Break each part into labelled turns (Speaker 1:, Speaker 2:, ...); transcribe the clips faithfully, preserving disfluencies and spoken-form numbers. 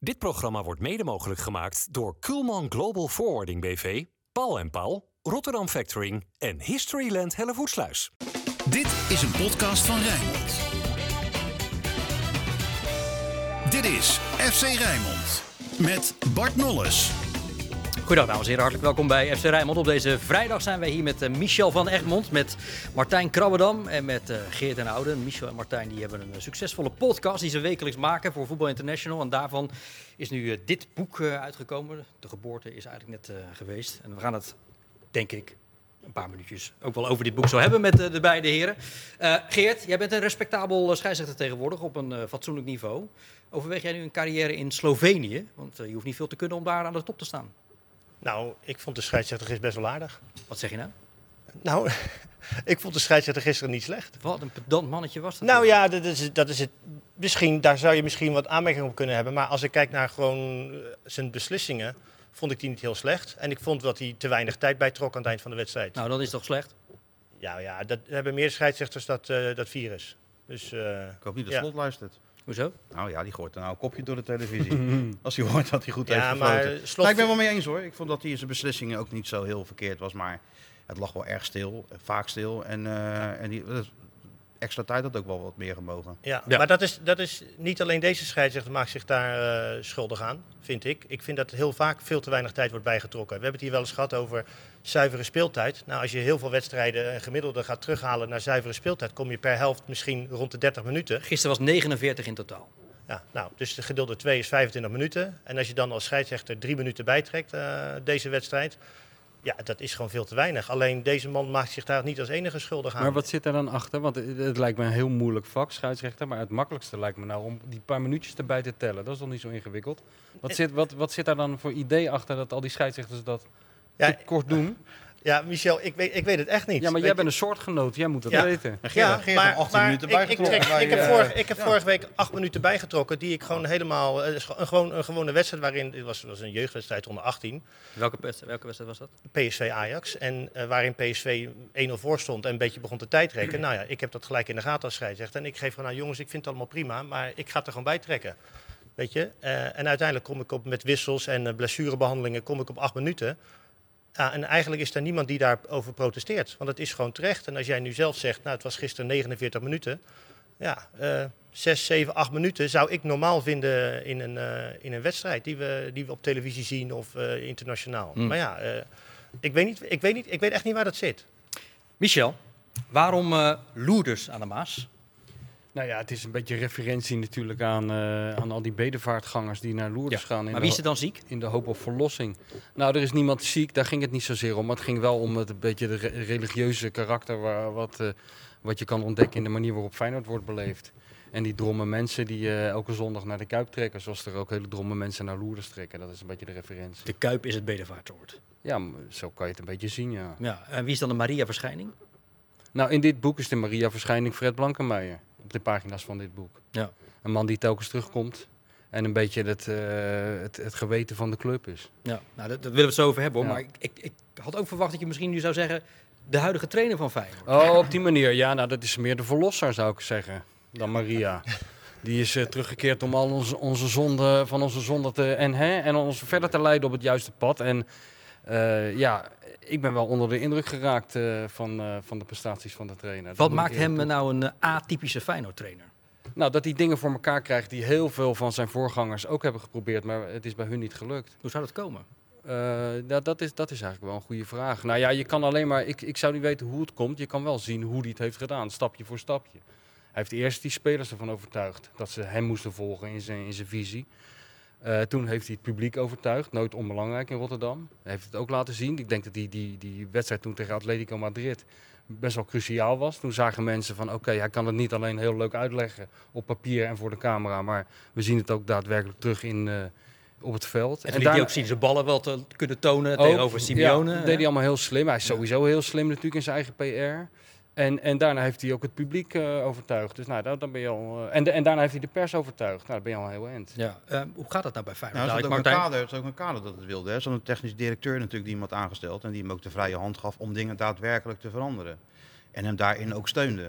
Speaker 1: Dit programma wordt mede mogelijk gemaakt door Kuhlman Global Forwarding B V, Paul en Paul, Rotterdam Factoring en Historyland Hellevoetsluis.
Speaker 2: Dit is een podcast van Rijnmond. Dit is F C Rijnmond met Bart Nolles.
Speaker 3: Goedendag dames en heren, hartelijk welkom bij F C Rijnmond. Op deze vrijdag zijn wij hier met uh, Michel van Egmond, met Martijn Krabbedam en met uh, Geert en Oude. Michel en Martijn die hebben een uh, succesvolle podcast die ze wekelijks maken voor Voetbal International. En daarvan is nu uh, dit boek uh, uitgekomen. De geboorte is eigenlijk net uh, geweest. En we gaan het, denk ik, een paar minuutjes ook wel over dit boek zo hebben met uh, de beide heren. Uh, Geert, jij bent een respectabel uh, scheidsrechter tegenwoordig op een uh, fatsoenlijk niveau. Overweeg jij nu een carrière in Slovenië? Want uh, je hoeft niet veel te kunnen om daar aan de top te staan.
Speaker 4: Nou, ik vond de scheidsrechter gisteren best wel aardig.
Speaker 3: Wat zeg je nou?
Speaker 4: Nou, ik vond de scheidsrechter gisteren niet slecht.
Speaker 3: Wat een pedant mannetje was dat.
Speaker 4: Nou ja, dat is, dat is het. Misschien, daar zou je misschien wat aanmerkingen op kunnen hebben. Maar als ik kijk naar gewoon zijn beslissingen, vond ik die niet heel slecht. En ik vond dat hij te weinig tijd bijtrok aan het eind van de wedstrijd.
Speaker 3: Nou, dat is toch slecht?
Speaker 4: Ja, ja dat hebben meer scheidsrechters dat, uh, dat virus. Dus, uh,
Speaker 5: ik hoop niet dat
Speaker 4: ja.
Speaker 5: Slot luistert.
Speaker 3: Hoezo?
Speaker 5: Nou ja, die gooit er nou een kopje door de televisie. Als hij hoort dat hij goed
Speaker 4: ja,
Speaker 5: heeft
Speaker 4: maar
Speaker 5: gefloten.
Speaker 4: Slot...
Speaker 5: Nou, ik ben wel mee eens hoor. Ik vond dat hij in zijn beslissingen ook niet zo heel verkeerd was. Maar het lag wel erg stil. Vaak stil. En, uh, en die, extra tijd had ook wel wat meer gemogen.
Speaker 4: Ja, ja. Maar dat is, dat is niet alleen deze scheidsrechter maakt zich daar uh, schuldig aan, vind ik. Ik vind dat heel vaak veel te weinig tijd wordt bijgetrokken. We hebben het hier wel eens gehad over zuivere speeltijd. Nou, als je heel veel wedstrijden en gemiddelde gaat terughalen naar zuivere speeltijd, kom je per helft misschien rond de dertig minuten.
Speaker 3: Gisteren was negenenveertig in totaal.
Speaker 4: Ja, nou, dus de gedeelde twee is vijfentwintig minuten. En als je dan als scheidsrechter drie minuten bijtrekt, uh, deze wedstrijd, ja, dat is gewoon veel te weinig. Alleen deze man maakt zich daar niet als enige schuldig aan.
Speaker 6: Maar wat zit daar dan achter? Want het, het lijkt me een heel moeilijk vak, scheidsrechter. Maar het makkelijkste lijkt me nou om die paar minuutjes erbij te tellen. Dat is toch niet zo ingewikkeld? Wat zit, wat, wat zit daar dan voor idee achter dat al die scheidsrechters dat
Speaker 4: ja,
Speaker 6: te kort doen?
Speaker 4: Ja, Michel, ik weet, ik weet het echt niet.
Speaker 6: Ja, maar
Speaker 4: weet
Speaker 6: jij bent een soortgenoot, jij moet dat
Speaker 4: ja.
Speaker 6: weten.
Speaker 5: En Geert,
Speaker 4: ja,
Speaker 5: Geert
Speaker 4: maar,
Speaker 5: achttien
Speaker 4: maar
Speaker 5: minuten
Speaker 4: ik, ik,
Speaker 5: bijgetrokken.
Speaker 4: trek, ik heb,
Speaker 5: uh,
Speaker 4: vorige, ik heb
Speaker 5: ja.
Speaker 4: vorige week acht minuten bijgetrokken die ik gewoon helemaal... Uh, een, gewoon, een gewone wedstrijd waarin... Het was, was een jeugdwedstrijd onder achttien.
Speaker 3: Welke, welke wedstrijd was dat?
Speaker 4: P S V Ajax. En uh, waarin P S V één nul voor stond en een beetje begon te tijdrekken. Nou ja, ik heb dat gelijk in de gaten als scheidsrechter. En ik geef gewoon aan, jongens, ik vind het allemaal prima, maar ik ga het er gewoon bij trekken. Weet je? Uh, en uiteindelijk kom ik op met wissels en uh, blessurebehandelingen kom ik op acht minuten. Ja, en eigenlijk is er niemand die daarover protesteert. Want het is gewoon terecht. En als jij nu zelf zegt, nou het was gisteren negenenveertig minuten. Ja, uh, zes, zeven, acht minuten zou ik normaal vinden in een, uh, in een wedstrijd die we, die we op televisie zien of uh, internationaal. Mm. Maar ja, uh, ik, weet niet, ik, weet niet, ik weet echt niet waar dat zit.
Speaker 3: Michel, waarom uh, Loerders aan de Maas?
Speaker 6: Nou ja, het is een beetje referentie natuurlijk aan, uh, aan al die bedevaartgangers die naar Lourdes
Speaker 3: ja,
Speaker 6: gaan. In
Speaker 3: maar wie
Speaker 6: de,
Speaker 3: is er dan ziek?
Speaker 6: In de hoop op verlossing. Nou, er is niemand ziek, daar ging het niet zozeer om. Maar het ging wel om het een beetje de re- religieuze karakter waar, wat, uh, wat je kan ontdekken in de manier waarop Feyenoord wordt beleefd. En die dromme mensen die uh, elke zondag naar de Kuip trekken, zoals er ook hele dromme mensen naar Lourdes trekken. Dat is een beetje de referentie.
Speaker 3: De Kuip is het bedevaartsoord.
Speaker 6: Ja, zo kan je het een beetje zien, ja.
Speaker 3: ja en wie is dan de Maria-verschijning?
Speaker 6: Nou, in dit boek is de Maria-verschijning Fred Blankenmeijer. Op de pagina's van dit boek.
Speaker 3: Ja.
Speaker 6: Een man die telkens terugkomt en een beetje het, uh, het, het geweten van de club is.
Speaker 3: Ja, nou, dat, dat willen we het zo over hebben hoor.
Speaker 6: Ja.
Speaker 3: Maar ik, ik, ik had ook verwacht dat je misschien nu zou zeggen de huidige trainer van Feyenoord.
Speaker 6: Oh, op die manier. Ja, nou dat is meer de verlosser zou ik zeggen dan Maria. Die is uh, teruggekeerd om al onze, onze zonde, van onze zonde te en, hè, en ons verder te leiden op het juiste pad. En uh, ja, ik ben wel onder de indruk geraakt uh, van, uh, van de prestaties van de trainer.
Speaker 3: Wat maakt hem toe. nou een uh, atypische Feyenoord-trainer?
Speaker 6: Nou, dat hij dingen voor elkaar krijgt die heel veel van zijn voorgangers ook hebben geprobeerd, maar het is bij hun niet gelukt.
Speaker 3: Hoe zou dat komen?
Speaker 6: Uh, dat, dat, is, dat is eigenlijk wel een goede vraag. Nou ja, je kan alleen maar, ik, ik zou niet weten hoe het komt. Je kan wel zien hoe hij het heeft gedaan, stapje voor stapje. Hij heeft eerst die spelers ervan overtuigd dat ze hem moesten volgen in zijn, in zijn visie. Uh, toen heeft hij het publiek overtuigd, nooit onbelangrijk in Rotterdam. Hij heeft het ook laten zien. Ik denk dat die, die, die wedstrijd toen tegen Atletico Madrid best wel cruciaal was. Toen zagen mensen van oké, okay, hij kan het niet alleen heel leuk uitleggen op papier en voor de camera, maar we zien het ook daadwerkelijk terug in, uh, op het veld.
Speaker 3: En, en liet hij ook zien zijn ballen wel te kunnen tonen ook, tegenover Simeone.
Speaker 6: Ja, dat deed hij allemaal heel slim. Hij is sowieso heel slim natuurlijk in zijn eigen P R. En, en daarna heeft hij ook het publiek uh, overtuigd. Dus nou, dan, dan ben je al. Uh, en, de, en daarna heeft hij de pers overtuigd. Nou, dan ben je al heel eind.
Speaker 3: Ja. Uh, hoe gaat dat nou bij Feyenoord?
Speaker 5: Nou, het
Speaker 3: nou,
Speaker 5: is ook, kader, ook een kader dat het wilde. Er is een technisch directeur natuurlijk die iemand aangesteld en die hem ook de vrije hand gaf om dingen daadwerkelijk te veranderen. En hem daarin ook steunde.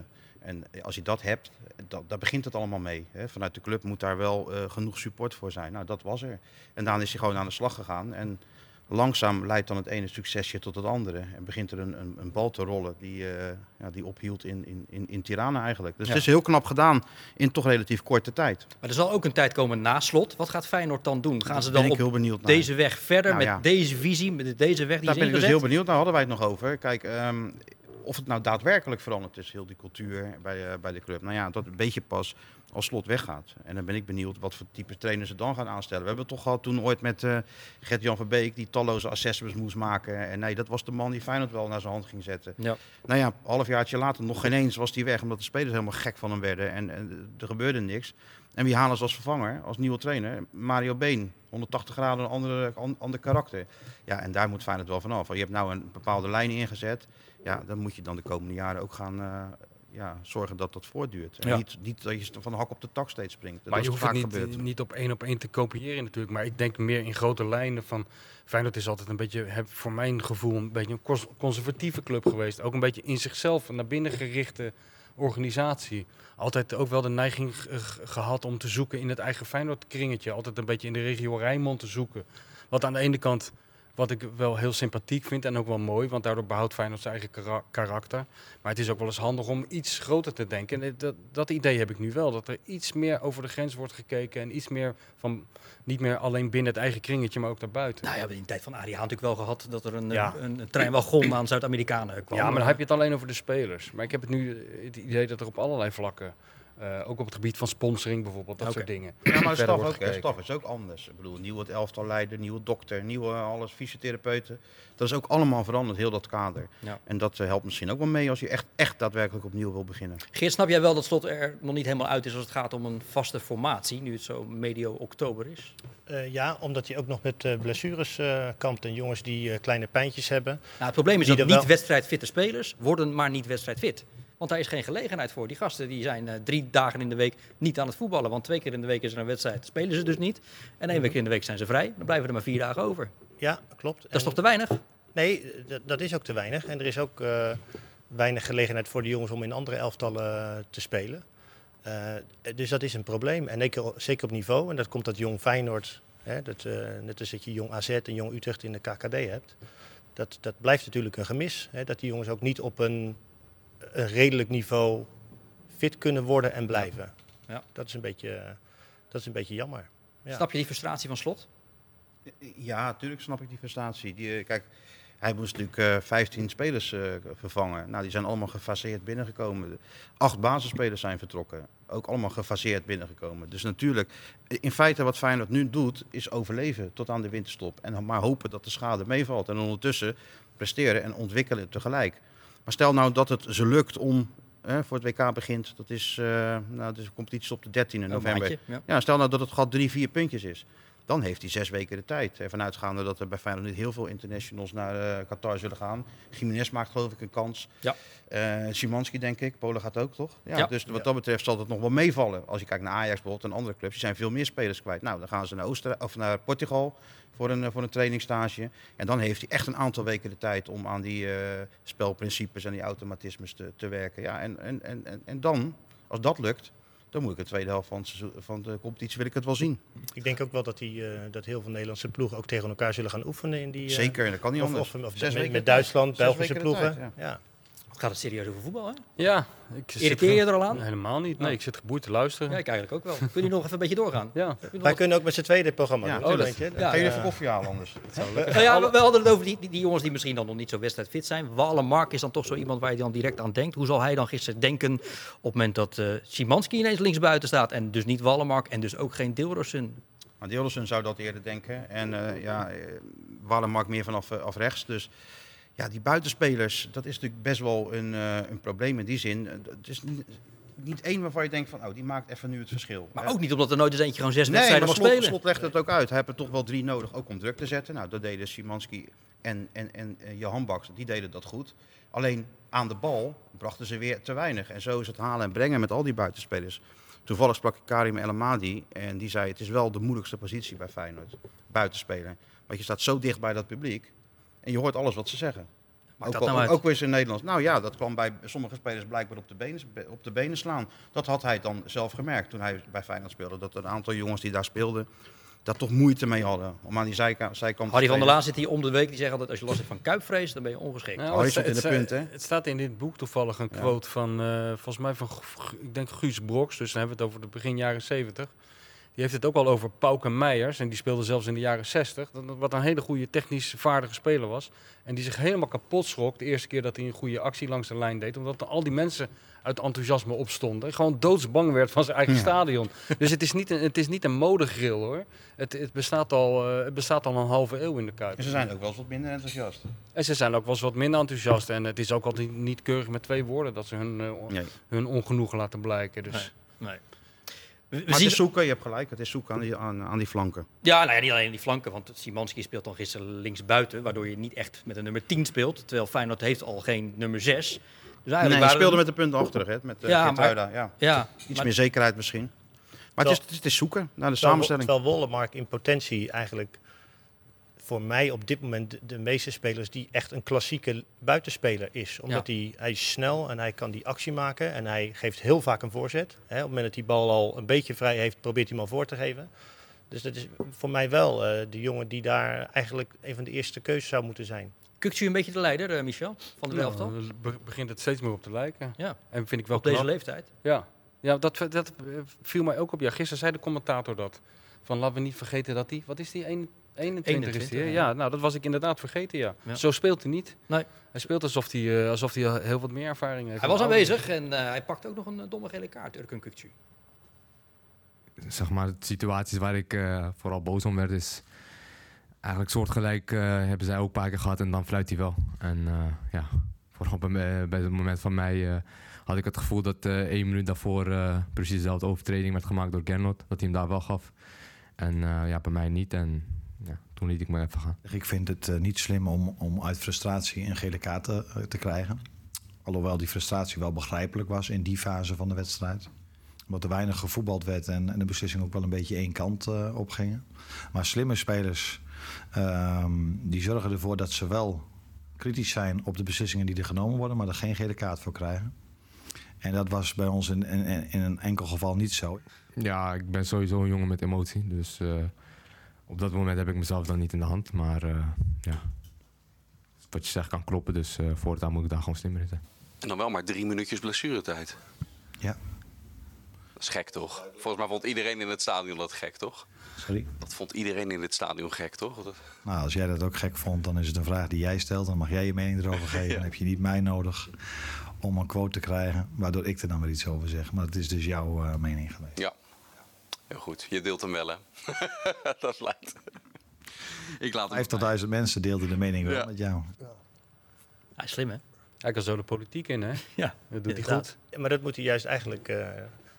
Speaker 5: En als je dat hebt, dat, daar begint het allemaal mee. Hè. Vanuit de club moet daar wel uh, genoeg support voor zijn. Nou, dat was er. En daarna is hij gewoon aan de slag gegaan. En langzaam leidt dan het ene succesje tot het andere. En begint er een, een, een bal te rollen die, uh, ja, die ophield in, in, in, in Tirana eigenlijk. Dus ja. Het is heel knap gedaan in toch relatief korte tijd.
Speaker 3: Maar er zal ook een tijd komen na Slot. Wat gaat Feyenoord dan doen? Gaan ze dan
Speaker 5: ben ik
Speaker 3: op
Speaker 5: heel benieuwd naar.
Speaker 3: deze weg verder
Speaker 5: nou,
Speaker 3: met
Speaker 5: ja.
Speaker 3: deze visie, met deze weg die
Speaker 5: Daar
Speaker 3: is
Speaker 5: ben ik dus
Speaker 3: ingezet?
Speaker 5: heel benieuwd naar. Hadden wij het nog over. Kijk, um, of het nou daadwerkelijk verandert is, heel die cultuur bij, uh, bij de club. Nou ja, dat een beetje pas als Slot weggaat. En dan ben ik benieuwd wat voor type trainers ze dan gaan aanstellen. We hebben het toch gehad toen ooit met uh, Gert-Jan Verbeek, die talloze assessments moest maken. En nee, dat was de man die Feyenoord wel naar zijn hand ging zetten. Ja. Nou ja, een halfjaartje later, nog geen eens was hij weg, omdat de spelers helemaal gek van hem werden. En, en er gebeurde niks. En wie halen ze als vervanger, als nieuwe trainer? Mario Been, honderdtachtig graden, een andere, ander karakter. Ja, en daar moet Feyenoord wel vanaf. Je hebt nou een bepaalde lijn ingezet. Ja, dan moet je dan de komende jaren ook gaan uh, ja, zorgen dat dat voortduurt. En ja. niet, niet dat je van de hak op de tak steeds springt. Dat
Speaker 6: maar
Speaker 5: is
Speaker 6: je hoeft
Speaker 5: vaak
Speaker 6: het niet, niet op één op één te kopiëren natuurlijk. Maar ik denk meer in grote lijnen van... Feyenoord is altijd een beetje, heb voor mijn gevoel, een beetje een conservatieve club geweest. Ook een beetje in zichzelf, naar binnen gerichte organisatie. Altijd ook wel de neiging g- gehad om te zoeken in het eigen Feyenoord-kringetje. Altijd een beetje in de regio Rijnmond te zoeken. Wat aan de ene kant, wat ik wel heel sympathiek vind en ook wel mooi, want daardoor behoudt Feyenoord zijn eigen kara- karakter. Maar het is ook wel eens handig om iets groter te denken. En dat, dat idee heb ik nu wel, dat er iets meer over de grens wordt gekeken en iets meer van, niet meer alleen binnen het eigen kringetje, maar ook daarbuiten.
Speaker 3: Nou ja, we hebben in de tijd van Arie Haan natuurlijk wel gehad dat er een,
Speaker 6: Ja.
Speaker 3: een, een treinwagon aan Zuid-Amerikanen kwam.
Speaker 6: Ja, maar dan heb je het alleen over de spelers. Maar ik heb het nu het idee dat er op allerlei vlakken, uh, ook op het gebied van sponsoring bijvoorbeeld, dat
Speaker 3: Oké.
Speaker 6: soort dingen.
Speaker 5: Ja, maar de
Speaker 6: verder
Speaker 5: staf,
Speaker 6: wordt
Speaker 5: ook, hè.
Speaker 6: gekeken.
Speaker 5: staf is ook anders. Ik bedoel, nieuwe elftal leider, nieuwe dokter, nieuwe alles, fysiotherapeuten. Dat is ook allemaal veranderd, heel dat kader.
Speaker 3: Ja.
Speaker 5: En dat uh, helpt misschien ook wel mee als je echt, echt daadwerkelijk opnieuw wil beginnen.
Speaker 3: Geert, snap jij wel dat Slot er nog niet helemaal uit is als het gaat om een vaste formatie, nu het zo medio oktober is?
Speaker 4: Uh, ja, omdat hij ook nog met uh, blessures uh, kampt en jongens die uh, kleine pijntjes hebben.
Speaker 3: Nou, het probleem is
Speaker 4: Die
Speaker 3: dat
Speaker 4: er
Speaker 3: niet
Speaker 4: wel-
Speaker 3: wedstrijdfitte spelers worden maar niet wedstrijdfit. Want daar is geen gelegenheid voor. Die gasten die zijn uh, drie dagen in de week niet aan het voetballen. Want twee keer in de week is er een wedstrijd, spelen ze dus niet. En één week in de week zijn ze vrij. Dan blijven er maar vier dagen over.
Speaker 4: Ja, klopt.
Speaker 3: Dat is toch te weinig?
Speaker 4: Nee, d- dat is ook te weinig. En er is ook uh, weinig gelegenheid voor de jongens om in andere elftallen uh, te spelen. Uh, dus dat is een probleem. En zeker, zeker op niveau. En dat komt dat jong Feyenoord, hè, dat, uh, net als dat je jong A Z en jong Utrecht in de K K D hebt. Dat, dat blijft natuurlijk een gemis. Hè, dat die jongens ook niet op een, een redelijk niveau fit kunnen worden en blijven.
Speaker 3: Ja.
Speaker 4: Dat is een beetje, dat is een beetje jammer. Ja.
Speaker 3: Snap je die frustratie van Slot?
Speaker 5: Ja, natuurlijk snap ik die frustratie. Die, kijk, hij moest natuurlijk uh, vijftien spelers uh, vervangen. Nou, die zijn allemaal gefaseerd binnengekomen. Acht basisspelers zijn vertrokken. Ook allemaal gefaseerd binnengekomen. Dus natuurlijk, in feite wat Feyenoord nu doet, is overleven tot aan de winterstop. En maar hopen dat de schade meevalt. En ondertussen presteren en ontwikkelen tegelijk. Maar stel nou dat het ze lukt om, eh, voor het W K begint, dat is, uh, nou, de competitie op de dertiende november.
Speaker 3: Maandje, ja.
Speaker 5: Ja, stel nou dat het gat drie, vier puntjes is. Dan heeft hij zes weken de tijd. Ervan uitgaande dat er bij Feyenoord niet heel veel internationals naar uh, Qatar zullen gaan. Jiménez maakt geloof ik een kans.
Speaker 3: Ja.
Speaker 5: Uh, Szymanski denk ik. Polen gaat ook toch? Ja,
Speaker 3: Ja.
Speaker 5: Dus wat dat betreft zal het nog wel meevallen. Als je kijkt naar Ajax bijvoorbeeld en andere clubs. Die zijn veel meer spelers kwijt. Nou, dan gaan ze naar, Oostenrijk, of naar Portugal voor een, voor een trainingsstage. En dan heeft hij echt een aantal weken de tijd om aan die uh, spelprincipes en die automatismes te, te werken. Ja, en, en, en, en dan, als dat lukt, dan moet ik de tweede helft van, het seizoen- van de competitie wil ik het wel zien.
Speaker 4: Ik denk ook wel dat, die, uh, dat heel veel Nederlandse ploegen ook tegen elkaar zullen gaan oefenen. In die, uh,
Speaker 5: Zeker, dat kan niet
Speaker 4: of,
Speaker 5: anders.
Speaker 4: Of, of
Speaker 5: Zes
Speaker 4: met,
Speaker 5: weken
Speaker 4: met
Speaker 5: de
Speaker 4: Duitsland,
Speaker 5: tijd. Zes
Speaker 4: Belgische
Speaker 5: weken de
Speaker 4: ploegen.
Speaker 5: tijd, ja.
Speaker 4: ja.
Speaker 3: Het gaat het serieus over voetbal, hè?
Speaker 6: Ja. Ik zit
Speaker 3: Irriteer je
Speaker 6: ge-
Speaker 3: er al aan?
Speaker 6: Helemaal niet. Nee,
Speaker 3: Oh.
Speaker 6: ik zit geboeid te luisteren.
Speaker 3: Ja, ik eigenlijk ook wel. Kun je nog even een beetje doorgaan?
Speaker 6: Ja.
Speaker 3: Heb je nog
Speaker 4: Wij
Speaker 3: wat-
Speaker 4: kunnen ook met z'n tweeën dit programma
Speaker 5: Ja,
Speaker 4: doen.
Speaker 5: oh,
Speaker 4: zo,
Speaker 5: dat-
Speaker 4: weet je.
Speaker 3: ja,
Speaker 5: Ga je
Speaker 3: ja.
Speaker 5: even koffie halen anders?
Speaker 3: Nou ja, we, we hadden het over die, die, die jongens die misschien dan nog niet zo wedstrijdfit zijn. Wallenmark is dan toch zo iemand waar je dan direct aan denkt. Hoe zal hij dan gisteren denken op het moment dat uh, Szymanski ineens linksbuiten staat en dus niet Wallenmark en dus ook geen Dilrosun?
Speaker 5: Maar Dilderson zou dat eerder denken. En uh, ja, uh, Wallenmark meer vanaf uh, af rechts. Dus ja, die buitenspelers, dat is natuurlijk best wel een, uh, een probleem in die zin. Uh, het is niet, niet één waarvan je denkt van, oh, die maakt even nu het verschil.
Speaker 3: Maar
Speaker 5: Uh,
Speaker 3: ook niet omdat er nooit eens eentje gewoon zes
Speaker 5: Nee,
Speaker 3: wedstrijden
Speaker 5: maar
Speaker 3: mag
Speaker 5: slot,
Speaker 3: spelen.
Speaker 5: slot legt het ook uit. Hij heeft er toch wel drie nodig, ook om druk te zetten. Nou, dat deden Szymanski en, en, en uh, Johan Baks, die deden dat goed. Alleen aan de bal brachten ze weer te weinig. En zo is het halen en brengen met al die buitenspelers. Toevallig sprak ik Karim El Amadi en die zei, het is wel de moeilijkste positie bij Feyenoord, buitenspeler. Want je staat zo dicht bij dat publiek en je hoort alles wat ze zeggen.
Speaker 3: Maakt
Speaker 5: Ook,
Speaker 3: dat nou
Speaker 5: al-
Speaker 3: uit?
Speaker 5: ook weer eens in Nederland. Nou ja, dat kwam bij sommige spelers blijkbaar op de, benen, op de benen slaan. Dat had hij dan zelf gemerkt toen hij bij Feyenoord speelde. Dat een aantal jongens die daar speelden, daar toch moeite mee hadden. Om aan die zijka- zijkant te
Speaker 3: Harry van der
Speaker 5: spelen.
Speaker 3: Laan zit hier om de week. Die zegt altijd, als je last hebt van kuipvrees, dan ben je ongeschikt.
Speaker 6: Nou,
Speaker 5: Oh,
Speaker 6: het,
Speaker 5: je zit in
Speaker 6: het-
Speaker 5: de punt, hè?
Speaker 6: het staat in dit boek toevallig een
Speaker 5: Ja.
Speaker 6: quote van, eh, volgens mij van, Gu- ik denk Guus Broks, dus dan hebben we het over de begin jaren zeventig. Die heeft het ook al over Pauke Meijers, en die speelde zelfs in de jaren zestig, dat- wat een hele goede technisch vaardige speler was. En die zich helemaal kapot schrok de eerste keer dat hij een goede actie langs de lijn deed, omdat er al die mensen uit enthousiasme opstonden. En gewoon doodsbang werd van zijn eigen
Speaker 5: Ja.
Speaker 6: stadion. Dus het is niet een, het is niet een modegril hoor. Het, het, bestaat al, eh, het bestaat al een halve eeuw in de Kuip.
Speaker 5: En ze zijn ook wel eens wat minder enthousiast.
Speaker 6: En ze zijn ook wel eens wat minder enthousiast. En het is ook altijd niet keurig met twee woorden dat ze hun, eh, on-
Speaker 5: Nee.
Speaker 6: hun ongenoegen laten blijken. Dus.
Speaker 3: Nee. We, we
Speaker 5: Maar het
Speaker 3: zien,
Speaker 5: is zoeken, je hebt gelijk, het is zoeken aan die, aan, aan die flanken.
Speaker 3: ja, nou ja, niet alleen die flanken, want Szymanski speelt dan gisteren linksbuiten, waardoor je niet echt met een nummer tien speelt. Terwijl Feyenoord heeft al geen nummer zes. Dus eigenlijk
Speaker 5: Nee, hij
Speaker 3: waren
Speaker 5: speelde
Speaker 3: er-
Speaker 5: met de punten achter, hè? Met uh,
Speaker 3: Ja,
Speaker 5: Geertruida, ja.
Speaker 3: Ja,
Speaker 5: Iets
Speaker 3: maar-
Speaker 5: meer zekerheid misschien. Maar het is, het is zoeken naar de samenstelling.
Speaker 4: Terwijl Wollemark in potentie eigenlijk voor mij op dit moment de, de meeste spelers die echt een klassieke buitenspeler is. Omdat hij, hij is snel en hij kan die actie maken en hij geeft heel vaak een voorzet. Hè, op het moment dat die bal al een beetje vrij heeft, probeert hij hem al voor te geven. Dus dat is voor mij wel uh, de jongen die daar eigenlijk een van de eerste keuzes zou moeten zijn.
Speaker 3: Kukt u een beetje de leider, uh, Michel, van de
Speaker 6: Ja,
Speaker 3: elftal?
Speaker 6: dan be- begint het steeds meer op te lijken.
Speaker 3: Ja,
Speaker 6: En vind ik wel
Speaker 3: op deze
Speaker 6: knap.
Speaker 3: leeftijd.
Speaker 6: Ja, ja dat, dat eh, viel mij ook op. Ja, gisteren zei de commentator dat. Van laten we niet vergeten dat hij, wat is die, een- eenentwintig is die, hè?
Speaker 3: ja.
Speaker 6: Ja, nou dat was ik inderdaad vergeten, ja.
Speaker 3: Ja.
Speaker 6: Zo speelt hij niet.
Speaker 3: Nee.
Speaker 6: Hij speelt alsof hij, eh, alsof hij heel wat meer ervaring heeft.
Speaker 3: Hij was
Speaker 6: dan
Speaker 3: aanwezig en uh, hij pakte ook nog een uh, domme gele kaart, Erkun Kukçu.
Speaker 7: Zeg maar, de situaties waar ik uh, vooral boos om werd, is eigenlijk soortgelijk uh, hebben zij ook een paar keer gehad en dan fluit hij wel. En uh, ja, vooral bij, bij het moment van mij uh, had ik het gevoel dat uh, één minuut daarvoor uh, precies dezelfde overtreding werd gemaakt door Gernot, dat hij hem daar wel gaf. En uh, ja, bij mij niet. En ja, toen liet ik me even gaan.
Speaker 8: Ik vind het uh, niet slim om, om uit frustratie een gele kaart te, uh, te krijgen. Alhoewel die frustratie wel begrijpelijk was in die fase van de wedstrijd. Omdat er weinig gevoetbald werd en, en de beslissing ook wel een beetje één kant uh, opgingen. Maar slimme spelers um, die zorgen ervoor dat ze wel kritisch zijn op de beslissingen die er genomen worden, maar er geen gele kaart voor krijgen. En dat was bij ons in, in, in een enkel geval niet zo.
Speaker 7: Ja, ik ben sowieso een jongen met emotie. Dus uh, op dat moment heb ik mezelf dan niet in de hand. Maar uh, ja, wat je zegt kan kloppen. Dus uh, voortaan moet ik daar gewoon slimmer in zijn.
Speaker 9: En dan wel maar drie minuutjes blessuretijd.
Speaker 8: Ja.
Speaker 9: Dat is gek, toch? Volgens mij vond iedereen in het stadion dat gek, toch?
Speaker 8: Sorry?
Speaker 9: Dat vond iedereen in het stadion gek, toch? Dat...
Speaker 8: Nou, als jij dat ook gek vond, dan is het een vraag die jij stelt. Dan mag jij je mening erover geven. Ja. Dan heb je niet mij nodig om een quote te krijgen, waardoor ik er dan weer iets over zeg. Maar het is dus jouw uh, mening geweest.
Speaker 9: Ja, heel goed. Je deelt hem wel, hè? Dat lijkt. Ik laat hem
Speaker 8: vijftigduizend mensen deelden de mening wel
Speaker 9: ja.
Speaker 8: met jou.
Speaker 3: Ja. Hij is slim, hè?
Speaker 6: Hij kan zo de politiek in, hè?
Speaker 3: Ja,
Speaker 6: dat doet
Speaker 3: inderdaad.
Speaker 6: hij goed.
Speaker 4: Ja, maar dat moet hij juist eigenlijk... Uh,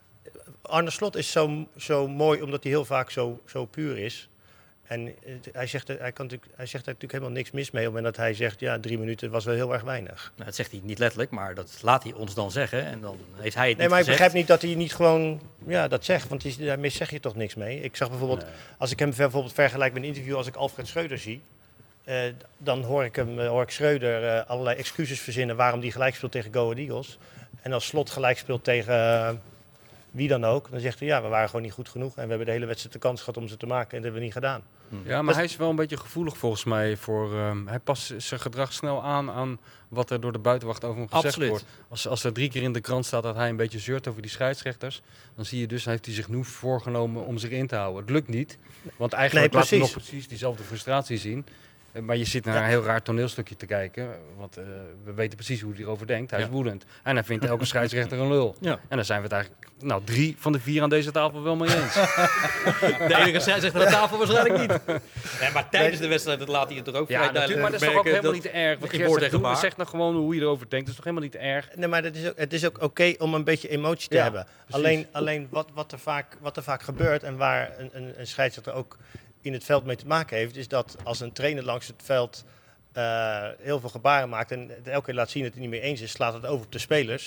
Speaker 4: Arne Slot is zo, zo mooi omdat hij heel vaak zo, zo puur is. En uh, hij, zegt, hij, kan natuurlijk, hij zegt er natuurlijk helemaal niks mis mee. Op het moment dat hij zegt, ja, drie minuten was wel heel erg weinig.
Speaker 3: Nou, dat zegt hij niet letterlijk, maar dat laat hij ons dan zeggen. En dan heeft hij het
Speaker 4: Nee,
Speaker 3: niet
Speaker 4: maar ik
Speaker 3: gezegd.
Speaker 4: begrijp niet dat hij niet gewoon ja, dat zegt. Want die, daarmee zeg je toch niks mee. Ik zag bijvoorbeeld, nee. als ik hem bijvoorbeeld vergelijk met een interview als ik Alfred Schreuder zie. Uh, dan hoor ik, hem, uh, hoor ik Schreuder uh, allerlei excuses verzinnen waarom hij gelijk speelt tegen Go Ahead Eagles. En als Slot gelijk speelt tegen uh, wie dan ook, dan zegt hij ja, we waren gewoon niet goed genoeg. En we hebben de hele wedstrijd de kans gehad om ze te maken en dat hebben we niet gedaan.
Speaker 6: Ja, maar hij is wel een beetje gevoelig volgens mij voor... Um, hij past zijn gedrag snel aan aan wat er door de buitenwacht over hem gezegd
Speaker 3: Absoluut.
Speaker 6: wordt. Als, als er drie keer in de krant staat dat hij een beetje zeurt over die scheidsrechters, dan zie je dus, heeft hij zich nu voorgenomen om zich in te houden. Het lukt niet, want eigenlijk
Speaker 4: nee,
Speaker 6: laat hij nog precies diezelfde frustratie zien. Maar je zit naar ja. een heel raar toneelstukje te kijken. Want uh, we weten precies hoe hij erover denkt. Hij ja. is woedend. En hij vindt elke scheidsrechter een lul. Ja. En dan zijn we het eigenlijk... Nou, drie van de vier aan deze tafel wel mee eens.
Speaker 3: De enige scheidsrechter aan tafel waarschijnlijk niet. Nee, maar tijdens de wedstrijd dat laat hij het toch ook
Speaker 6: ja,
Speaker 3: vrij
Speaker 6: duidelijk. Maar dat is toch ook helemaal niet erg. Wat Geert zegt, doe, zeg nou gewoon hoe je erover denkt. Dat is toch helemaal niet erg?
Speaker 4: Nee, maar dat is ook, het is ook oké okay om een beetje emotie te ja, hebben. Precies. Alleen, alleen wat, wat, er vaak, wat er vaak gebeurt en waar een, een, een scheidsrechter ook in het veld mee te maken heeft, is dat als een trainer langs het veld uh, heel veel gebaren maakt en elke keer laat zien dat hij niet mee eens is, slaat het over op de spelers.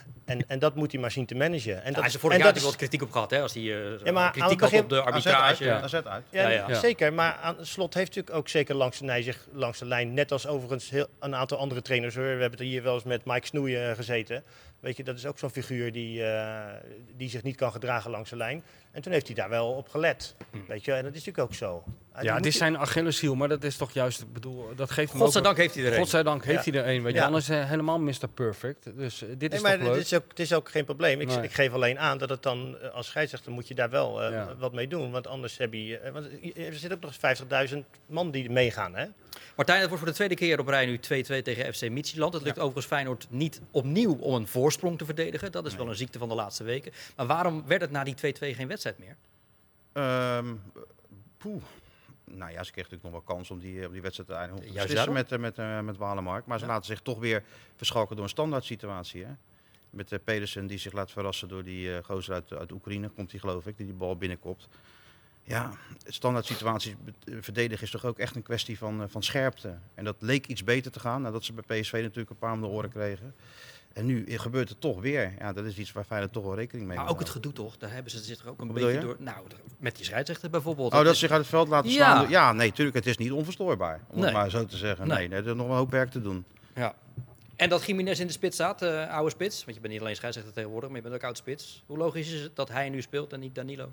Speaker 4: En, en dat moet hij maar zien te managen. En
Speaker 3: Ja,
Speaker 4: dat,
Speaker 3: hij is vorig
Speaker 4: en
Speaker 3: jaar
Speaker 4: dat
Speaker 3: natuurlijk wat kritiek op gehad, hè? Als hij uh,
Speaker 4: Ja, maar aan
Speaker 3: kritiek
Speaker 4: het
Speaker 3: had
Speaker 4: begin-
Speaker 3: op de arbitrage.
Speaker 5: Ja, AZ uit.
Speaker 4: Ja,
Speaker 3: Ja, ja.
Speaker 4: ja, zeker. Maar aan, Slot heeft natuurlijk ook zeker langs de, nee, zich, langs de lijn, net als overigens heel, een aantal andere trainers. Hoor. We hebben het hier wel eens met Mike Snoeien gezeten. Weet je, dat is ook zo'n figuur die, uh, die zich niet kan gedragen langs de lijn. En toen heeft hij daar wel op gelet.
Speaker 3: Hm.
Speaker 4: Weet je, en dat is natuurlijk ook zo. Uh,
Speaker 6: Ja,
Speaker 4: die
Speaker 6: het is
Speaker 4: moet-
Speaker 6: zijn Achilleshiel, maar dat is toch juist, ik bedoel, dat geeft hem
Speaker 3: Godzijdank
Speaker 6: ook...
Speaker 3: heeft hij er een.
Speaker 6: Godzijdank heeft
Speaker 4: Ja.
Speaker 6: hij er een, weet je.
Speaker 4: Ja.
Speaker 6: Anders uh, helemaal mister Perfect. Dus uh, dit
Speaker 4: Nee,
Speaker 6: is
Speaker 4: maar
Speaker 6: toch leuk.
Speaker 4: het is, ook, het is ook geen probleem. Ik,
Speaker 6: Nee.
Speaker 4: ik geef alleen aan dat het dan, uh, als scheidsrechter moet je daar wel uh,
Speaker 6: Ja.
Speaker 4: wat mee doen. Want anders heb je... Uh, want er zitten ook nog eens vijftigduizend man die meegaan, hè?
Speaker 3: Martijn, het wordt voor de tweede keer op rij nu twee-twee tegen F C Midtjylland. Het lukt overigens Feyenoord niet opnieuw om een voorsprong te verdedigen. Dat is wel een ziekte van de laatste weken. Maar waarom werd het na die twee-twee geen wedstrijd meer?
Speaker 5: Um, poeh. Nou ja, ze kregen natuurlijk nog wel kans om die, om die wedstrijd te eindigen. Om te
Speaker 3: Juist
Speaker 5: beslissen
Speaker 3: daarom?
Speaker 5: met, uh, met, uh, met Walemark. Maar ze
Speaker 3: Ja.
Speaker 5: laten zich toch weer verschalken door een standaard situatie. Hè? Met uh, Pedersen die zich laat verrassen door die uh, gozer uit, uit Oekraïne. Komt die geloof ik, die die bal binnenkopt. Ja, standaard situaties verdedigen is toch ook echt een kwestie van, uh, van scherpte. En dat leek iets beter te gaan. Nadat ze bij P S V natuurlijk een paar om de oren kregen. En nu gebeurt het toch weer. Ja, dat is iets waar Feyenoord toch wel rekening mee
Speaker 3: Maar
Speaker 5: moet
Speaker 3: ook het
Speaker 5: houden.
Speaker 3: gedoe toch? Daar hebben ze zich toch ook een
Speaker 5: Wat
Speaker 3: beetje
Speaker 5: bedoel je?
Speaker 3: door... Nou, met die scheidsrechter bijvoorbeeld.
Speaker 5: Oh, dat
Speaker 3: is-
Speaker 5: ze zich uit het veld laten
Speaker 3: Ja.
Speaker 5: slaan? Ja, nee, tuurlijk. Het is niet onverstoorbaar. Om
Speaker 3: Nee.
Speaker 5: het maar zo te zeggen.
Speaker 3: Nee.
Speaker 5: Nee, nee, er is nog wel een hoop werk te doen.
Speaker 3: Ja. En dat Gimenez in de spits staat, uh, oude spits. Want je bent niet alleen scheidsrechter tegenwoordig, maar je bent ook oud spits. Hoe logisch is het dat hij nu speelt en niet Danilo?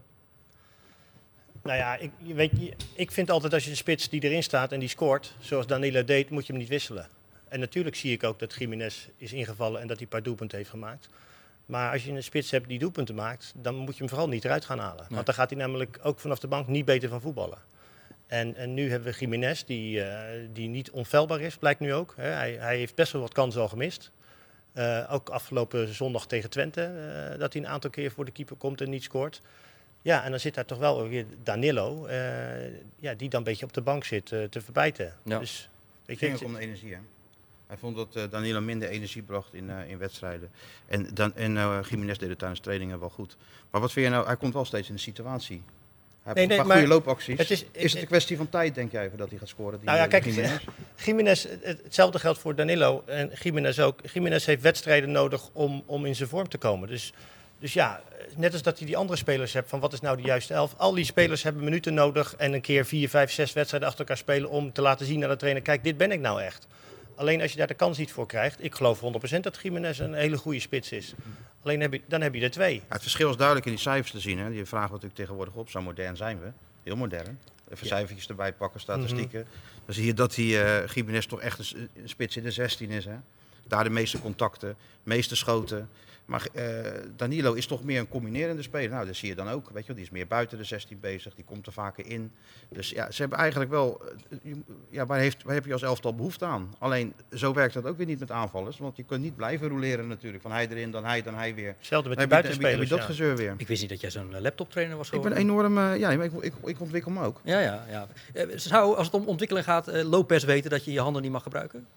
Speaker 4: Nou ja, ik, je weet, je- ik vind altijd als je een spits die erin staat en die scoort, zoals Danilo deed, moet je hem niet wisselen. En natuurlijk zie ik ook dat Gimenez is ingevallen en dat hij een paar doelpunten heeft gemaakt. Maar als je een spits hebt die doelpunten maakt, dan moet je hem vooral niet eruit gaan halen. Want dan gaat hij namelijk ook vanaf de bank niet beter van voetballen. En, en nu hebben we Gimenez, die, uh, die niet onfeilbaar is, blijkt nu ook. Hè. Hij, hij heeft best wel wat kansen al gemist. Uh, ook afgelopen zondag tegen Twente, uh, dat hij een aantal keer voor de keeper komt en niet scoort. Ja, en dan zit daar toch wel weer Danilo, uh, ja, die dan een beetje op de bank zit uh, te verbijten.
Speaker 3: Ja.
Speaker 4: Dus, weet
Speaker 5: Het
Speaker 4: je,
Speaker 5: ging ook om de energie, hè? Hij vond dat uh, Danilo minder energie bracht in, uh, in wedstrijden. En, dan, en uh, Gimenez deed het tijdens trainingen wel goed. Maar wat vind je nou? Hij komt wel steeds in de situatie. Hij heeft
Speaker 4: Nee,
Speaker 5: een
Speaker 4: nee,
Speaker 5: paar goede
Speaker 4: maar
Speaker 5: loopacties.
Speaker 4: het
Speaker 5: Is,
Speaker 4: is-
Speaker 5: het een kwestie van tijd, denk jij, dat hij gaat scoren? Die,
Speaker 4: Nou ja,
Speaker 5: uh,
Speaker 4: kijk,
Speaker 5: Gimenez?
Speaker 4: Gimenez, het- hetzelfde geldt voor Danilo en Gimenez ook. Gimenez heeft wedstrijden nodig om, om in zijn vorm te komen. Dus, dus ja, net als dat hij die andere spelers hebt van wat is nou de juiste elf. Al die spelers hebben minuten nodig en een keer vier, vijf, zes wedstrijden achter elkaar spelen om te laten zien aan de trainer, kijk, dit ben ik nou echt. Alleen als je daar de kans niet voor krijgt, ik geloof honderd procent dat Gimenez een hele goede spits is. Alleen heb je, dan heb je er twee.
Speaker 5: Ja, het verschil is duidelijk in die cijfers te zien. Hè? Die vragen we natuurlijk tegenwoordig op. Zo modern zijn we. Heel modern. Even
Speaker 4: Ja.
Speaker 5: cijfertjes erbij pakken, statistieken. Dan zie je dat die uh, Gimenez toch echt een, s- een spits in de zestien is. Hè? Daar de meeste contacten, meeste schoten. Maar uh, Danilo is toch meer een combinerende speler. Nou, dat zie je dan ook. Weet je, wel. Die is meer buiten de zestien bezig. Die komt er vaker in. Dus ja, ze hebben eigenlijk wel... uh, Ja, waar, heeft, waar heb je als elftal behoefte aan? Alleen, zo werkt dat ook weer niet met aanvallers. Want je kunt niet blijven roleren natuurlijk. Van hij erin, dan hij, dan hij weer.
Speaker 4: Hetzelfde met
Speaker 5: Dan
Speaker 4: die
Speaker 5: heb je- heb je- heb je
Speaker 4: buitenspelers.
Speaker 5: dat
Speaker 4: ja.
Speaker 5: gezeur weer.
Speaker 3: Ik wist niet dat jij zo'n uh, laptoptrainer was
Speaker 5: Ik ben
Speaker 3: geworden.
Speaker 5: enorm... uh, ja, maar ik, ik, ik ontwikkel me ook.
Speaker 3: Ja, ja, ja. Eh, Zou, als het om ontwikkeling gaat, uh, Lopez weten dat je je handen niet mag gebruiken?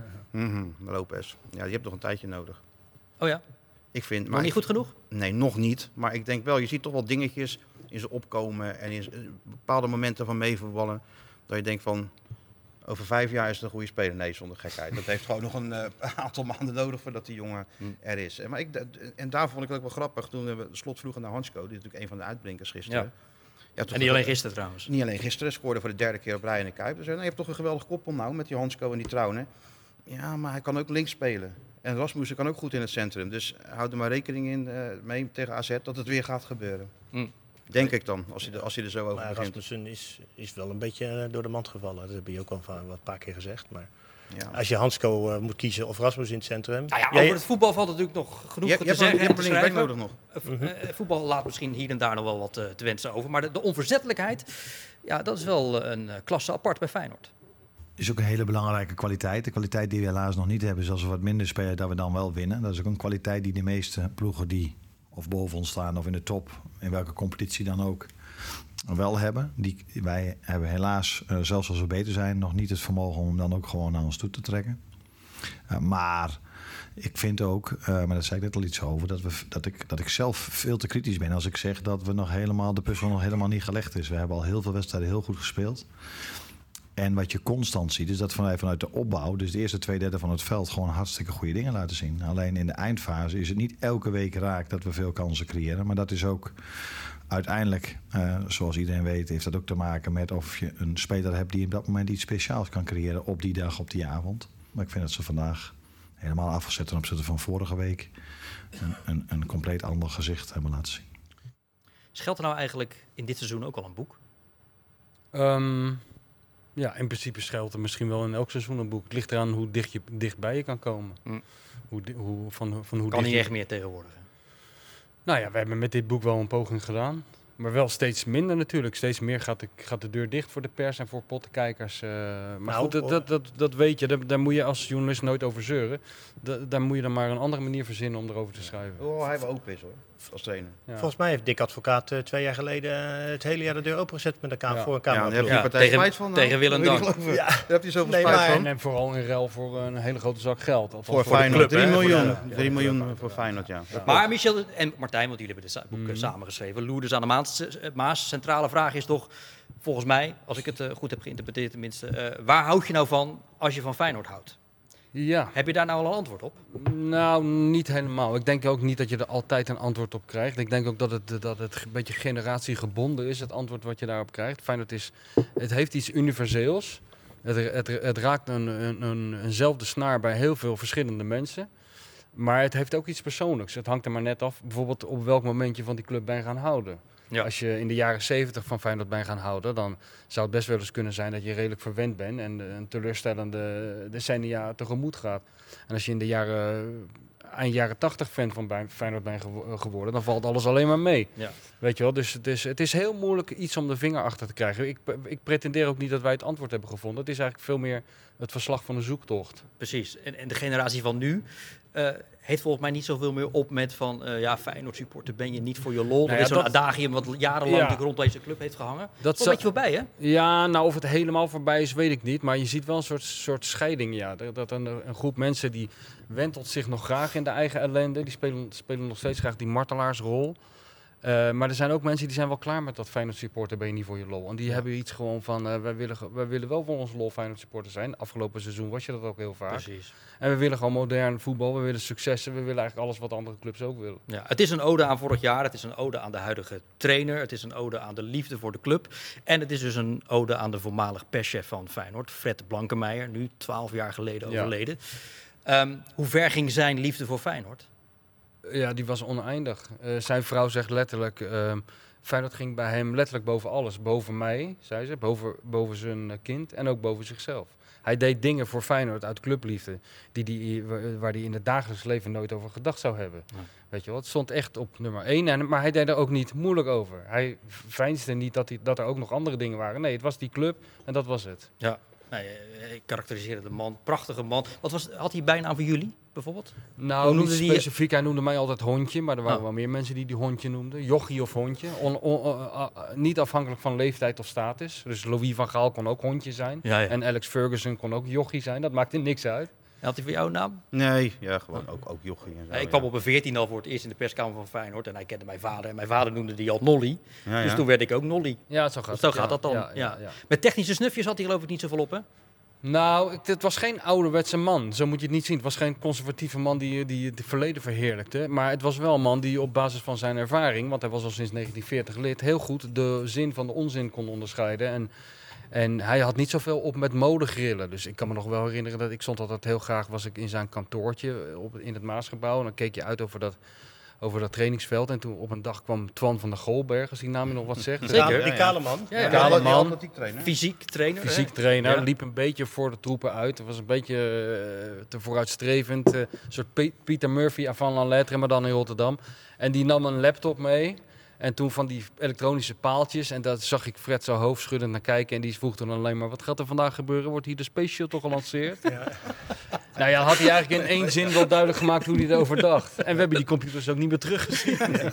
Speaker 5: Mhm, Lopez. Ja, die hebt nog een tijdje nodig.
Speaker 3: Oh ja?
Speaker 5: Ik vind...
Speaker 3: Nog
Speaker 5: maar
Speaker 3: niet
Speaker 5: ik-
Speaker 3: goed genoeg?
Speaker 5: Nee, nog niet. Maar ik denk wel, je ziet toch wel dingetjes in ze opkomen. En in z- bepaalde momenten van meevoetballen. Dat je denkt van... Over vijf jaar is het een goede speler. Nee, zonder gekheid. Dat heeft gewoon nog een uh, aantal maanden nodig voordat die jongen er is. En, maar ik, en daar vond ik het ook wel grappig. Toen we de slot vroegen naar Hansko. Die is natuurlijk een van de uitblinkers gisteren.
Speaker 3: Ja.
Speaker 5: Ja, toch
Speaker 3: En niet
Speaker 5: een-
Speaker 3: alleen gisteren trouwens.
Speaker 5: Niet alleen gisteren, scoorde voor de derde keer op rij in de Kuip. Dus nou, je hebt toch een geweldig koppel nou met die Hansko en die Trouwen. Ja, maar hij kan ook links spelen. En Rasmussen kan ook goed in het centrum. Dus houd er maar rekening in uh, mee tegen A Z dat het weer gaat gebeuren.
Speaker 3: Mm.
Speaker 5: Denk ik dan, als je, er- als je er zo over
Speaker 4: Maar
Speaker 5: begint.
Speaker 4: Rasmussen is, is wel een beetje uh, door de mand gevallen. Dat heb je ook al van wat paar keer gezegd. Maar
Speaker 5: Ja.
Speaker 4: als je Hansko uh, moet kiezen of Rasmussen in het centrum.
Speaker 3: Nou ja,
Speaker 4: Jij-
Speaker 3: over het voetbal valt natuurlijk nog genoeg
Speaker 5: Je,
Speaker 3: te
Speaker 5: je hebt
Speaker 3: zeggen
Speaker 5: een, je
Speaker 3: en
Speaker 5: hebt
Speaker 3: te
Speaker 5: een linksback
Speaker 3: schrijven.
Speaker 5: nodig nog.
Speaker 3: Uh, uh, voetbal laat misschien hier en daar nog wel wat uh, te wensen over. Maar de, de onverzettelijkheid, ja, dat is wel uh, een uh, klasse apart bij Feyenoord.
Speaker 8: Is ook een hele belangrijke kwaliteit. De kwaliteit die we helaas nog niet hebben, is als we wat minder spelen, dat we dan wel winnen. Dat is ook een kwaliteit die de meeste ploegen die of boven ons staan of in de top, in welke competitie dan ook, wel hebben. Die, wij hebben helaas, uh, zelfs als we beter zijn, nog niet het vermogen om hem dan ook gewoon naar ons toe te trekken. Uh, maar ik vind ook, uh, maar daar zei ik net al iets over, dat, we, dat, ik, dat ik zelf veel te kritisch ben als ik zeg dat we nog helemaal, de puzzel nog helemaal niet gelegd is. We hebben al heel veel wedstrijden heel goed gespeeld. En wat je constant ziet, is dat vanuit, vanuit de opbouw, dus de eerste twee derde van het veld, gewoon hartstikke goede dingen laten zien. Alleen in de eindfase is het niet elke week raak dat we veel kansen creëren. Maar dat is ook uiteindelijk, uh, zoals iedereen weet, heeft dat ook te maken met of je een speler hebt die op dat moment iets speciaals kan creëren op die dag, op die avond. Maar ik vind dat ze vandaag helemaal afgezet ten opzichte van vorige week een, een, een compleet ander gezicht hebben laten zien.
Speaker 3: Geldt er nou eigenlijk in dit seizoen ook al een boek?
Speaker 6: Um, ja, in principe schuilt er misschien wel in elk seizoen een boek. Het ligt eraan hoe dicht je dichtbij je kan komen.
Speaker 3: Mm.
Speaker 6: Hoe, hoe, van, van hoe
Speaker 3: Kan niet
Speaker 6: je...
Speaker 3: echt meer tegenwoordig. Hè?
Speaker 6: Nou ja, we hebben met dit boek wel een poging gedaan. Maar wel steeds minder natuurlijk. Steeds meer gaat de, gaat de deur dicht voor de pers en voor pottenkijkers. Uh, maar
Speaker 4: nou,
Speaker 6: goed, dat, dat, dat, dat weet je. Daar, daar moet je als journalist nooit over zeuren. Da, daar moet je dan maar een andere manier verzinnen om erover te schrijven.
Speaker 5: Oh, hij wel open is hoor, als trainer.
Speaker 6: Ja.
Speaker 4: Volgens mij heeft Dick Advocaat uh, twee jaar geleden uh, het hele jaar de deur opengezet met een kamer
Speaker 6: Ja.
Speaker 4: voor een
Speaker 5: Ja,
Speaker 4: kamer.
Speaker 5: daar heb je
Speaker 3: Ja,
Speaker 5: een partij
Speaker 3: tegen-
Speaker 5: spijt van.
Speaker 3: tegen Willem
Speaker 5: Wil je
Speaker 3: Dan.
Speaker 5: geloven?
Speaker 4: Ja.
Speaker 5: Daar heb je zoveel
Speaker 4: Nee,
Speaker 5: spijt
Speaker 4: maar-
Speaker 5: van.
Speaker 6: En, en vooral in ruil voor een hele grote zak geld. Althans
Speaker 5: Voor
Speaker 6: voor de
Speaker 5: Feyenoord,
Speaker 3: club,
Speaker 5: drie
Speaker 3: hè?
Speaker 5: miljoen.
Speaker 6: Voor de-
Speaker 5: drie
Speaker 6: ja,
Speaker 5: miljoen
Speaker 6: voor de-
Speaker 5: voor Feyenoord, ja.
Speaker 6: Ja.
Speaker 3: Maar Michel en Martijn, want jullie hebben dit boek
Speaker 6: Mhm.
Speaker 3: uh, samengeschreven. Loerders aan de Maas. Maas. Centrale vraag is toch, volgens mij, als ik het uh, goed heb geïnterpreteerd tenminste, uh, waar houd je nou van als je van Feyenoord houdt?
Speaker 6: Ja.
Speaker 3: Heb je daar nou al een antwoord op?
Speaker 6: Nou, niet helemaal. Ik denk ook niet dat je er altijd een antwoord op krijgt. Ik denk ook dat het, dat het een beetje generatiegebonden is, het antwoord wat je daarop krijgt. Feyenoord is, het heeft iets universeels. Het, het, het raakt een, een, een, eenzelfde snaar bij heel veel verschillende mensen. Maar het heeft ook iets persoonlijks. Het hangt er maar net af, bijvoorbeeld op welk moment je van die club bent gaan houden.
Speaker 3: Ja.
Speaker 6: Als je in de jaren zeventig van Feyenoord bent gaan houden, dan zou het best wel eens kunnen zijn dat je redelijk verwend bent en een teleurstellende decennia tegemoet gaat. En als je in de jaren, eind jaren tachtig fan van bij- Feyenoord bent gewo- geworden, dan valt alles alleen maar mee.
Speaker 3: Ja.
Speaker 6: Weet je wel, dus het is, het is heel moeilijk iets om de vinger achter te krijgen. Ik, ik pretendeer ook niet dat wij het antwoord hebben gevonden. Het is eigenlijk veel meer het verslag van een zoektocht.
Speaker 3: Precies. En, en de generatie van nu uh, heeft volgens mij niet zoveel meer op met van, uh, ja, Feyenoord supporter ben je niet voor je lol.
Speaker 6: Nou
Speaker 3: dat
Speaker 6: ja,
Speaker 3: is zo'n
Speaker 6: dat-
Speaker 3: adagium wat jarenlang
Speaker 6: Ja.
Speaker 3: de rond deze club heeft gehangen. Dat is
Speaker 6: zou-
Speaker 3: een beetje voorbij, hè?
Speaker 6: Ja, nou of het helemaal voorbij is, weet ik niet. Maar je ziet wel een soort, soort scheiding. Ja. Dat dat een, een groep mensen die wentelt zich nog graag in de eigen ellende. Die spelen, spelen nog steeds graag die martelaarsrol. Uh, maar er zijn ook mensen die zijn wel klaar met dat Feyenoord supporter ben je niet voor je lol. En die hebben iets gewoon van, uh, wij, willen, ge- wij willen wel voor ons lol Feyenoord supporter zijn. Afgelopen seizoen was je dat ook heel vaak.
Speaker 3: Precies.
Speaker 6: En we willen gewoon modern voetbal, we willen successen. We willen eigenlijk alles wat andere clubs ook willen.
Speaker 3: Ja, het is een ode aan vorig jaar, het is een ode aan de huidige trainer, het is een ode aan de liefde voor de club. En het is dus een ode aan de voormalig perschef van Feyenoord, Fred Blankemeijer, nu twaalf jaar geleden
Speaker 6: Ja.
Speaker 3: overleden. Um, hoe ver ging zijn liefde voor Feyenoord?
Speaker 6: Ja, die was oneindig. Uh, zijn vrouw zegt letterlijk, uh, Feyenoord ging bij hem letterlijk boven alles. Boven mij, zei ze, boven, boven zijn uh, kind en ook boven zichzelf. Hij deed dingen voor Feyenoord uit clubliefde die die, waar hij in het dagelijks leven nooit over gedacht zou hebben. Ja. Weet je wel, het stond echt op nummer één, en, maar hij deed er ook niet moeilijk over. Hij veinsde niet dat, hij, dat er ook nog andere dingen waren. Nee, het was die club en dat was het.
Speaker 3: Ja. Nee, ik karakteriseerde de man, prachtige man. Wat was, had hij bijnaam voor jullie, bijvoorbeeld?
Speaker 6: Nou, niet
Speaker 3: die...
Speaker 6: specifiek. Hij noemde mij altijd hondje, maar er waren
Speaker 3: oh.
Speaker 6: wel meer mensen die die hondje noemden. Jochie of hondje. On, on, on, uh, niet afhankelijk van leeftijd of status. Dus Louis van Gaal kon ook hondje zijn.
Speaker 3: Ja, ja.
Speaker 6: En Alex Ferguson kon ook jochie zijn. Dat maakte niks uit.
Speaker 3: Had hij voor jou een naam?
Speaker 5: Nee, ja, gewoon ook, ook jochie en zo.
Speaker 3: Ja, ik
Speaker 5: ja.
Speaker 3: kwam op een veertien al voor het eerst in de perskamer van Feyenoord. En hij kende mijn vader. En mijn vader noemde die al Nolly.
Speaker 5: Ja, ja.
Speaker 3: Dus toen werd ik ook Nolly.
Speaker 6: Ja, zo gaat,
Speaker 3: dus zo
Speaker 6: het,
Speaker 3: gaat
Speaker 6: ja,
Speaker 3: dat dan.
Speaker 6: Ja,
Speaker 3: Ja,
Speaker 6: ja, ja.
Speaker 3: Met technische snufjes had hij geloof ik niet zoveel op, hè?
Speaker 6: Nou, ik, het was geen ouderwetse man. Zo moet je het niet zien. Het was geen conservatieve man die, die het verleden verheerlijkte. Maar het was wel een man die op basis van zijn ervaring, want hij was al sinds negentien veertig lid, heel goed de zin van de onzin kon onderscheiden. En, en hij had niet zoveel op met modegrillen. Dus ik kan me nog wel herinneren dat ik stond altijd heel graag, was ik in zijn kantoortje op, in het Maasgebouw. En dan keek je uit over dat, over dat trainingsveld. En toen op een dag kwam Twan van der Goolberg, als die naam je nog wat zegt.
Speaker 3: Zeker.
Speaker 4: Die kale man.
Speaker 3: Ja, ja.
Speaker 6: Kale man.
Speaker 5: atletiek trainer.
Speaker 3: Fysiek trainer. hè?
Speaker 6: Fysiek trainer,
Speaker 3: Ja.
Speaker 6: liep een beetje voor de troepen uit. Het was een beetje uh, te vooruitstrevend. Uh, een soort P- Peter Murphy avant la lettre, maar dan in Rotterdam. En die nam een laptop mee. En toen van die elektronische paaltjes. En daar zag ik Fred zo hoofdschuddend naar kijken. En die vroeg toen alleen maar, wat gaat er vandaag gebeuren? Wordt hier de Space Shuttle gelanceerd? Ja. Nou ja, had hij eigenlijk in één zin wel duidelijk gemaakt hoe hij erover dacht. En we hebben die computers ook niet meer teruggezien. Ja.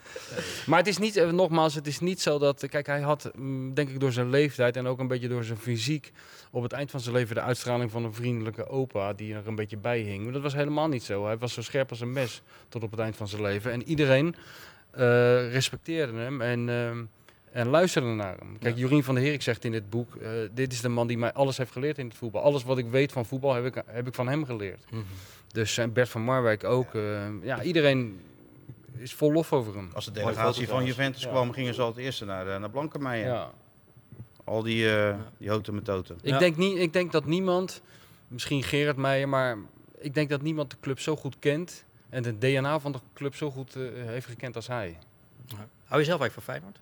Speaker 6: Maar het is niet, uh, nogmaals, het is niet zo dat... Kijk, hij had, um, denk ik door zijn leeftijd en ook een beetje door zijn fysiek, op het eind van zijn leven de uitstraling van een vriendelijke opa die er een beetje bij hing. Maar dat was helemaal niet zo. Hij was zo scherp als een mes tot op het eind van zijn leven. En iedereen uh, respecteerde hem. En, uh, En luisterde naar hem. Kijk,
Speaker 3: Ja.
Speaker 6: Jorien van der Herik zegt in dit boek, uh, dit is de man die mij alles heeft geleerd in het voetbal. Alles wat ik weet van voetbal heb ik, heb ik van hem geleerd.
Speaker 3: Mm-hmm.
Speaker 6: Dus en Bert van Marwijk ook. Uh, ja, iedereen is vol lof over hem.
Speaker 5: Als de
Speaker 4: Mooi
Speaker 5: delegatie
Speaker 4: foto
Speaker 5: van
Speaker 4: trouwens.
Speaker 5: Juventus
Speaker 6: Ja.
Speaker 5: kwam, gingen ze als eerste naar, uh, naar Blankenmeijer.
Speaker 6: Ja.
Speaker 5: Al die, uh, die houten metoten.
Speaker 6: Ik,
Speaker 3: Ja.
Speaker 6: denk niet, ik denk dat niemand, misschien Gerard Meijer, maar ik denk dat niemand de club zo goed kent en het D N A van de club zo goed uh, heeft gekend als hij.
Speaker 3: Hou je zelf eigenlijk van Feyenoord?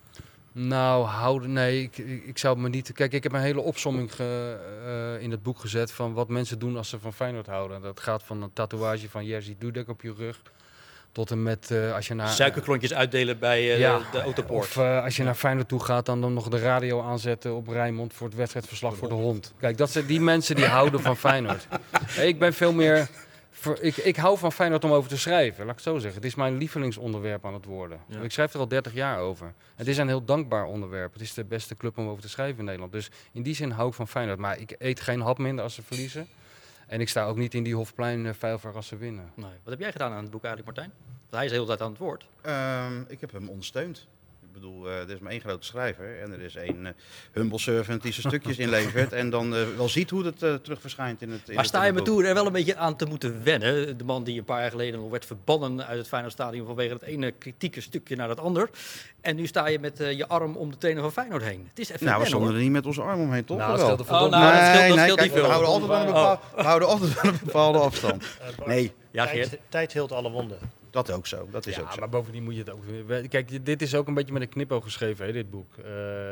Speaker 6: Nou, houden, nee, ik, ik, ik zou het me niet... Kijk, ik heb een hele opsomming ge, uh, in het boek gezet van wat mensen doen als ze van Feyenoord houden. Dat gaat van een tatoeage van Jerzy Dudek op je rug tot en met uh, als je naar...
Speaker 3: Suikerklontjes uitdelen bij uh,
Speaker 6: Ja.
Speaker 3: de, de autopoort.
Speaker 6: Of uh, als je naar Feyenoord toe gaat, dan, dan nog de radio aanzetten op Rijnmond voor het wedstrijdverslag voor de hond. Kijk, dat zijn die mensen die houden van Feyenoord. Hey, ik ben veel meer... Voor, ik, ik hou van Feyenoord om over te schrijven, laat ik het zo zeggen. Het is mijn lievelingsonderwerp aan het worden.
Speaker 3: Ja.
Speaker 6: Ik schrijf er al dertig jaar over. Het is een heel dankbaar onderwerp. Het is de beste club om over te schrijven in Nederland. Dus in die zin hou ik van Feyenoord. Maar ik eet geen hap minder als ze verliezen. En ik sta ook niet in die Hofplein uh, vijver als ze winnen.
Speaker 3: Nee. Wat heb jij gedaan aan het boek eigenlijk, Martijn? Want hij is de hele tijd aan het woord.
Speaker 5: Um, ik heb hem ondersteund. Ik bedoel, uh, er is maar één grote schrijver en er is één uh, humble servant die zijn stukjes inlevert en dan uh, wel ziet hoe het uh, terug verschijnt in het in
Speaker 3: Maar
Speaker 5: het,
Speaker 3: sta je
Speaker 5: in
Speaker 3: me
Speaker 5: het boek.
Speaker 3: toe er wel een beetje aan te moeten wennen? De man die een paar jaar geleden nog werd verbannen uit het Feyenoordstadion vanwege het ene kritieke stukje naar het ander. En nu sta je met uh, je arm om de trainer van Feyenoord heen. Het is even
Speaker 5: Nou, we
Speaker 3: wennen,
Speaker 5: stonden
Speaker 3: hoor.
Speaker 5: er niet met onze arm omheen, toch?
Speaker 6: Nou,
Speaker 5: Of
Speaker 6: dat
Speaker 5: wel?
Speaker 6: scheelt er
Speaker 3: Oh, nou, dat scheelt, dat
Speaker 5: nee,
Speaker 3: scheelt
Speaker 5: kijk,
Speaker 3: niet veel.
Speaker 5: we houden altijd wel een
Speaker 3: Oh.
Speaker 5: bepaalde, we houden altijd wel een bepaalde afstand. Nee,
Speaker 3: Ja,
Speaker 4: tijd,
Speaker 3: Geert.
Speaker 4: tijd heelt alle wonden.
Speaker 5: dat ook zo. Dat is
Speaker 6: Ja,
Speaker 5: ook zo.
Speaker 6: maar bovendien moet je het ook... Kijk, dit is ook een beetje met een knipoog geschreven, hè, dit boek. Uh,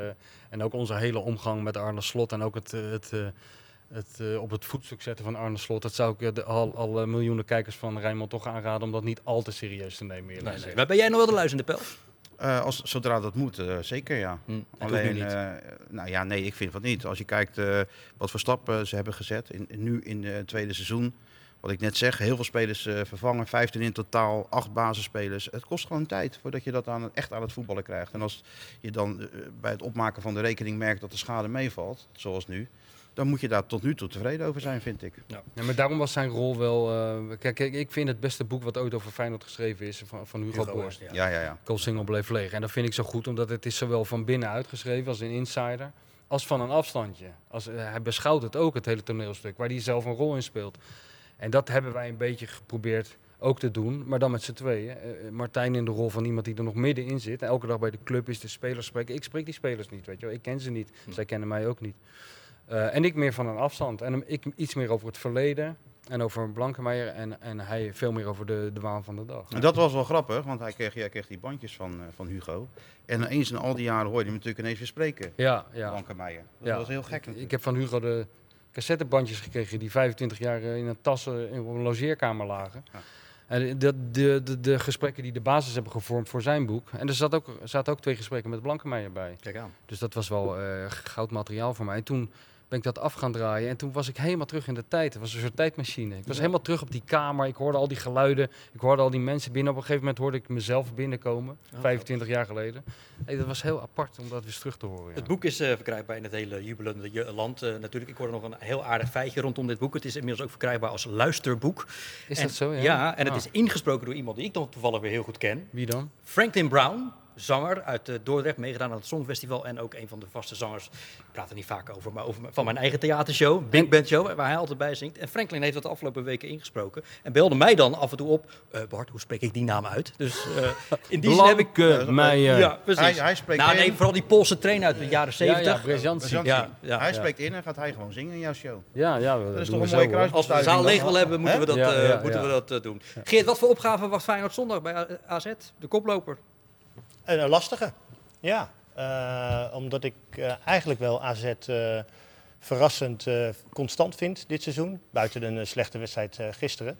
Speaker 6: en ook onze hele omgang met Arne Slot en ook het... uh, het uh, Het uh, op het voetstuk zetten van Arne Slot, dat zou ik uh, de, al, al uh, miljoenen kijkers van Rijnmond toch aanraden om dat niet al te serieus te nemen.
Speaker 3: Nee, nee. Maar ben jij nog wel de luis in de pel?
Speaker 5: Uh, als, zodra dat moet, uh, zeker ja.
Speaker 3: Hm, dat hoeft
Speaker 5: Alleen,
Speaker 3: nu niet.
Speaker 5: uh, nou ja, nee, ik vind van niet. Als je kijkt uh, wat voor stappen ze hebben gezet, in, nu in het tweede seizoen. Wat ik net zeg, heel veel spelers uh, vervangen, vijftien in totaal, acht basisspelers. Het kost gewoon tijd voordat je dat aan, echt aan het voetballen krijgt. En als je dan uh, bij het opmaken van de rekening merkt dat de schade meevalt, zoals nu, dan moet je daar tot nu toe tevreden over zijn, vind ik.
Speaker 6: Ja, maar daarom was zijn rol wel... Uh, kijk, kijk, ik vind het beste boek wat ooit over Feyenoord geschreven is van, van Hugo,
Speaker 3: Hugo
Speaker 6: Borst.
Speaker 3: Borst, ja.
Speaker 5: Ja, ja, ja.
Speaker 6: Koolsingel bleef leeg. En dat vind ik zo goed, omdat het is zowel van binnen uitgeschreven als een insider, als van een afstandje. Als, uh, hij beschouwt het ook, het hele toneelstuk, waar hij zelf een rol in speelt. En dat hebben wij een beetje geprobeerd ook te doen, maar dan met z'n tweeën. Uh, Martijn in de rol van iemand die er nog middenin zit. En elke dag bij de club is de spelers spreken. Ik spreek die spelers niet, weet je wel. Ik ken ze niet.
Speaker 3: Hm.
Speaker 6: Zij kennen mij ook niet. Uh, en ik meer van een afstand. En ik iets meer over het verleden en over Blankenmeijer. En, en hij veel meer over de, de waan van de dag.
Speaker 5: En dat was wel grappig, want hij kreeg, hij kreeg die bandjes van, uh, van Hugo. En eens in al die jaren hoorde je hem natuurlijk ineens weer spreken.
Speaker 6: Ja, ja.
Speaker 5: Blankenmeijer. Dat
Speaker 6: Ja.
Speaker 5: was heel gek.
Speaker 6: Ik, ik heb van Hugo de cassettebandjes gekregen die vijfentwintig jaar in een tas uh, in een logeerkamer lagen.
Speaker 5: Ja.
Speaker 6: En de, de, de, de gesprekken die de basis hebben gevormd voor zijn boek. En er zat ook, zaten ook twee gesprekken met Blankenmeijer bij.
Speaker 3: Kijk aan.
Speaker 6: Dus dat was wel uh, goud materiaal voor mij. En toen ben ik dat af gaan draaien. En toen was ik helemaal terug in de tijd. Het was een soort tijdmachine. Ik was
Speaker 3: Ja.
Speaker 6: helemaal terug op die kamer. Ik hoorde al die geluiden. Ik hoorde al die mensen binnen. Op een gegeven moment hoorde ik mezelf binnenkomen.
Speaker 3: Oh,
Speaker 6: vijfentwintig jaar geleden. Hey, dat was heel apart om dat weer eens terug te horen. Ja.
Speaker 3: Het boek is uh, verkrijgbaar in het hele jubelende je- land. Uh, natuurlijk, ik hoorde nog een heel aardig feitje rondom dit boek. Het is inmiddels ook verkrijgbaar als luisterboek.
Speaker 6: Is
Speaker 3: en,
Speaker 6: dat zo? Ja,
Speaker 3: Ja, en het
Speaker 6: Ah.
Speaker 3: is ingesproken door iemand die ik dan toevallig weer heel goed ken.
Speaker 6: Wie dan?
Speaker 3: Franklin Brown, zanger uit uh, Dordrecht, meegedaan aan het Songfestival. En ook een van de vaste zangers, ik praat er niet vaak over, maar over, van mijn eigen theatershow, Big Band Show, waar hij altijd bij zingt. En Franklin heeft dat de afgelopen weken ingesproken. En belde mij dan af en toe op, uh, Bart, hoe spreek ik die naam uit? Dus uh, in die zin heb ik...
Speaker 6: Blankenmeijer.
Speaker 3: Ja, precies.
Speaker 5: Hij, hij spreekt
Speaker 3: nou
Speaker 5: in.
Speaker 3: nee, vooral die Poolse trainer uit de jaren
Speaker 6: Ja, ja,
Speaker 3: zeventig.
Speaker 6: Brzezinski.
Speaker 5: Brzezinski.
Speaker 3: Ja, ja,
Speaker 5: hij
Speaker 6: ja.
Speaker 5: spreekt in en gaat hij gewoon zingen in jouw show.
Speaker 6: Ja, ja,
Speaker 5: Dat is
Speaker 6: doen
Speaker 5: toch
Speaker 6: we
Speaker 5: een mooie
Speaker 6: zo, hoor.
Speaker 5: kruis.
Speaker 3: Als we de zaal leeg willen hebben, moeten, we dat,
Speaker 6: Ja,
Speaker 3: uh,
Speaker 6: ja,
Speaker 3: moeten
Speaker 6: ja.
Speaker 3: we dat uh, doen. Geert, wat voor opgave was Feyenoord zondag bij A Z? De koploper.
Speaker 4: Een, een lastige, ja. Uh, omdat ik uh, eigenlijk wel A Z uh, verrassend uh, constant vind dit seizoen. Buiten een uh, slechte wedstrijd uh, gisteren.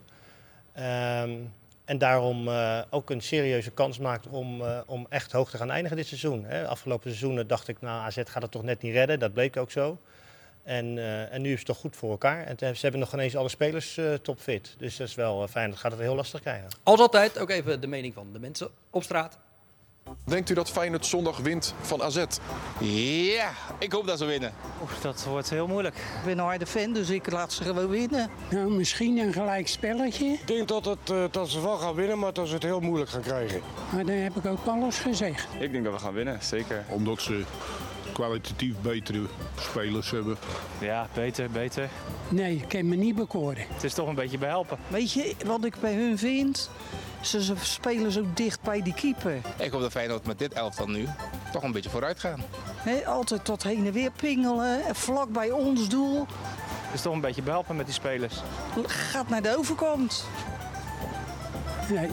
Speaker 4: Um, en daarom uh, ook een serieuze kans maakt om, uh, om echt hoog te gaan eindigen dit seizoen. Hè. Afgelopen seizoenen dacht ik, nou A Z gaat het toch net niet redden. Dat bleek ook zo. En, uh, en nu is het toch goed voor elkaar. En ze hebben nog ineens alle spelers uh, topfit. Dus dat is wel uh, fijn. Dat gaat het heel lastig krijgen.
Speaker 3: Als altijd ook even de mening van de mensen op straat.
Speaker 10: Denkt u dat Feyenoord zondag wint van A Z?
Speaker 11: Ja, ik hoop dat ze winnen.
Speaker 12: Oef, dat wordt heel moeilijk. Ik ben een harde fan, dus ik laat ze gewoon winnen.
Speaker 13: Nou, misschien een gelijk spelletje.
Speaker 14: Ik denk dat, het, uh, dat ze wel gaan winnen, maar dat ze het heel moeilijk gaan krijgen.
Speaker 13: Maar dan heb ik ook alles gezegd.
Speaker 15: Ik denk dat we gaan winnen, zeker.
Speaker 16: Omdat ze kwalitatief betere spelers hebben.
Speaker 15: Ja, beter, beter.
Speaker 13: Nee, ik kan me niet bekoren.
Speaker 15: Het is toch een beetje behelpen.
Speaker 12: Weet je wat ik bij hun vind? Ze, ze spelen zo dicht bij die keeper.
Speaker 11: Ik hoop dat Feyenoord met dit elftal nu toch een beetje vooruit gaan.
Speaker 12: He, altijd tot heen en weer pingelen, vlak bij ons doel.
Speaker 15: Het is toch een beetje behelpen met die spelers.
Speaker 12: Gaat naar de overkant.
Speaker 13: Nee.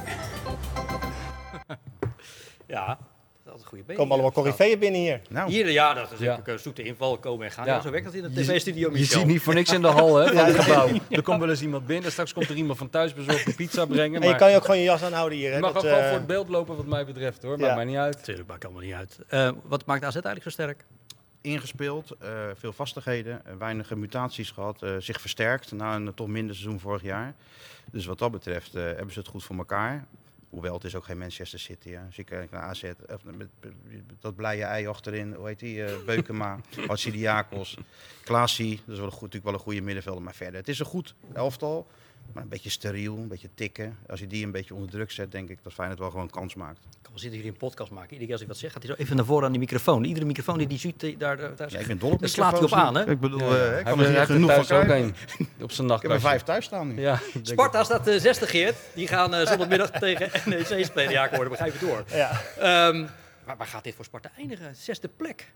Speaker 3: Ja. Dat is een goede been.
Speaker 4: Komen allemaal coryfeeën binnen hier.
Speaker 3: Nou. Hier, ja, dat is ja. een zoete inval, komen en gaan. Ja. Ja, zo werkt dat in de tv-studio,
Speaker 6: Je ziet niet voor niks in de hal, hè, van het gebouw. Er komt wel eens iemand binnen, straks komt er iemand van thuis bezorgd een pizza brengen.
Speaker 4: En
Speaker 6: maar
Speaker 4: je kan je ook gewoon je jas aanhouden hier. Hè?
Speaker 6: Je mag
Speaker 4: dat,
Speaker 6: ook gewoon
Speaker 4: uh...
Speaker 6: voor het beeld lopen wat mij betreft, hoor. Maakt
Speaker 4: ja.
Speaker 6: mij niet uit.
Speaker 3: Tuurlijk, maakt allemaal niet uit. Uh, wat maakt A Z eigenlijk zo sterk?
Speaker 5: Ingespeeld, uh, veel vastigheden, uh, weinig mutaties gehad, uh, zich versterkt na een uh, toch minder seizoen vorig jaar. Dus wat dat betreft uh, hebben ze het goed voor elkaar. Hoewel, het is ook geen Manchester City. Hè. Als je kijkt naar A Z, of met, met dat blije ei achterin, hoe heet die? Uh, Beukema, Hatsidiakos, Klaasie. Dat is wel een goed, natuurlijk wel een goede middenvelder. Maar verder, het is een goed elftal. Maar een beetje steriel, een beetje tikken. Als je die een beetje onder druk zet, denk ik dat Feyenoord wel gewoon kans maakt.
Speaker 3: Ik kan wel zitten jullie een podcast maken. Iedere keer als ik wat zeg, gaat hij zo even naar voren aan die microfoon. Iedere microfoon die die ziet, daar, daar, daar,
Speaker 5: ja, ik ben dol op
Speaker 3: daar slaat hij op aan. Hè?
Speaker 5: Ik bedoel,
Speaker 6: ja, ja.
Speaker 5: Uh, ik
Speaker 6: kan
Speaker 5: er hier genoeg van
Speaker 6: ook een op zijn nachtkastje.
Speaker 5: Ik heb er vijf thuis staan nu.
Speaker 6: Ja,
Speaker 3: Sparta staat uh, zestig, Geert. Die gaan uh, zondagmiddag tegen N E C spelen. Ja, ik hoorde, begrijp je door.
Speaker 4: Ja.
Speaker 3: Um, maar waar gaat dit voor Sparta eindigen? Zesde plek.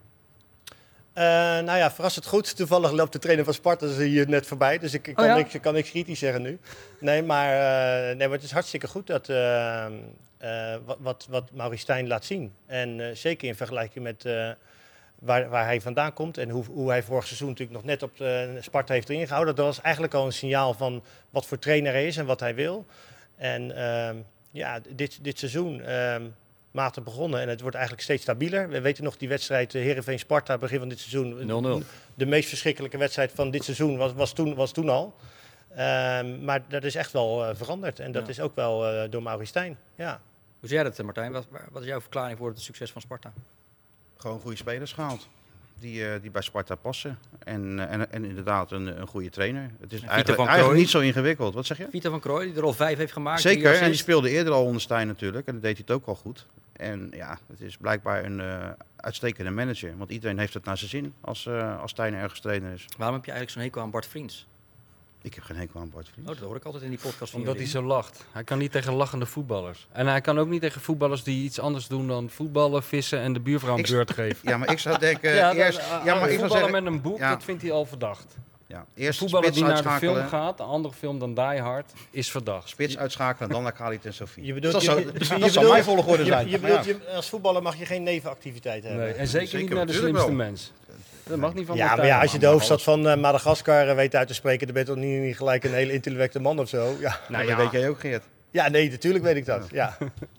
Speaker 4: Uh, nou ja, verrassend goed. Toevallig loopt de trainer van Sparta hier net voorbij. Dus ik, ik kan,
Speaker 3: oh ja?
Speaker 4: niks, ik kan niks kritisch zeggen nu. Nee, maar, uh, nee, maar het is hartstikke goed dat, uh, uh, wat, wat, wat Maurice Stijn laat zien. En uh, zeker in vergelijking met uh, waar, waar hij vandaan komt. En hoe, hoe hij vorig seizoen natuurlijk nog net op de Sparta heeft erin gehouden. Dat was eigenlijk al een signaal van wat voor trainer hij is en wat hij wil. En uh, ja, dit, dit seizoen... Uh, matig begonnen en het wordt eigenlijk steeds stabieler. We weten nog die wedstrijd uh, Heerenveen-Sparta begin van dit seizoen.
Speaker 3: nul nul.
Speaker 4: De meest verschrikkelijke wedstrijd van dit seizoen was, was, toen, was toen al. Uh, maar dat is echt wel uh, veranderd en dat ja. is ook wel uh, door Maurice Stijn. Ja.
Speaker 3: Hoe zie jij dat, Martijn? Wat, wat is jouw verklaring voor het succes van Sparta?
Speaker 5: Gewoon goede spelers gehaald. Die, uh, die bij Sparta passen. En, uh, en, en inderdaad een, een goede trainer. Het is eigenlijk, eigenlijk niet zo ingewikkeld. Wat zeg je?
Speaker 3: Vita van Krooi, die er al vijf heeft gemaakt.
Speaker 5: Zeker, en die speelde eerder al onder Stijn natuurlijk. En dat deed hij het ook al goed. En ja, het is blijkbaar een uh, uitstekende manager. Want iedereen heeft het naar zijn zin als, uh, als Stijn ergens trainer is.
Speaker 3: Waarom heb je eigenlijk zo'n hekel aan Bart Vriends?
Speaker 5: Ik heb geen hekel aan Bart Vriends.
Speaker 3: Oh, dat hoor ik altijd in die podcast van
Speaker 6: Omdat
Speaker 3: jullie.
Speaker 6: hij zo lacht. Hij kan niet tegen lachende voetballers. En hij kan ook niet tegen voetballers die iets anders doen dan voetballen, vissen en de buurvrouw een beurt geven.
Speaker 5: Ja, maar ik zou denken...
Speaker 6: ja,
Speaker 5: eerst,
Speaker 6: dan,
Speaker 5: ja, maar
Speaker 6: ik
Speaker 5: voetballen
Speaker 6: zeggen,
Speaker 5: met
Speaker 6: met een boek, ja. dat vindt hij al verdacht.
Speaker 5: Ja, eerst
Speaker 6: voetballer
Speaker 5: spits
Speaker 6: die naar de
Speaker 5: uitschakelen.
Speaker 6: film gaat, een andere film dan Die Hard, is verdacht.
Speaker 5: Spits uitschakelen en dan naar Khalid en Sofie.
Speaker 4: Je bedoelt,
Speaker 5: dat
Speaker 4: je,
Speaker 5: zou,
Speaker 4: je,
Speaker 5: dat
Speaker 4: je,
Speaker 5: zou
Speaker 4: je bedoelt,
Speaker 5: mijn volgorde zijn.
Speaker 4: Je, je bedoelt, je, als voetballer mag je geen nevenactiviteit hebben.
Speaker 6: Nee, en zeker, zeker niet naar de slimste wel. mens. Dat mag niet van
Speaker 4: ja, maar ja, als je de hoofdstad van uh, Madagaskar uh, weet uit te spreken, dan ben je toch niet, niet gelijk een hele intellectuele man of zo. Ja.
Speaker 5: Nou, dat ja. weet jij ook, Geert.
Speaker 4: Ja, nee, natuurlijk weet ik dat. Ja.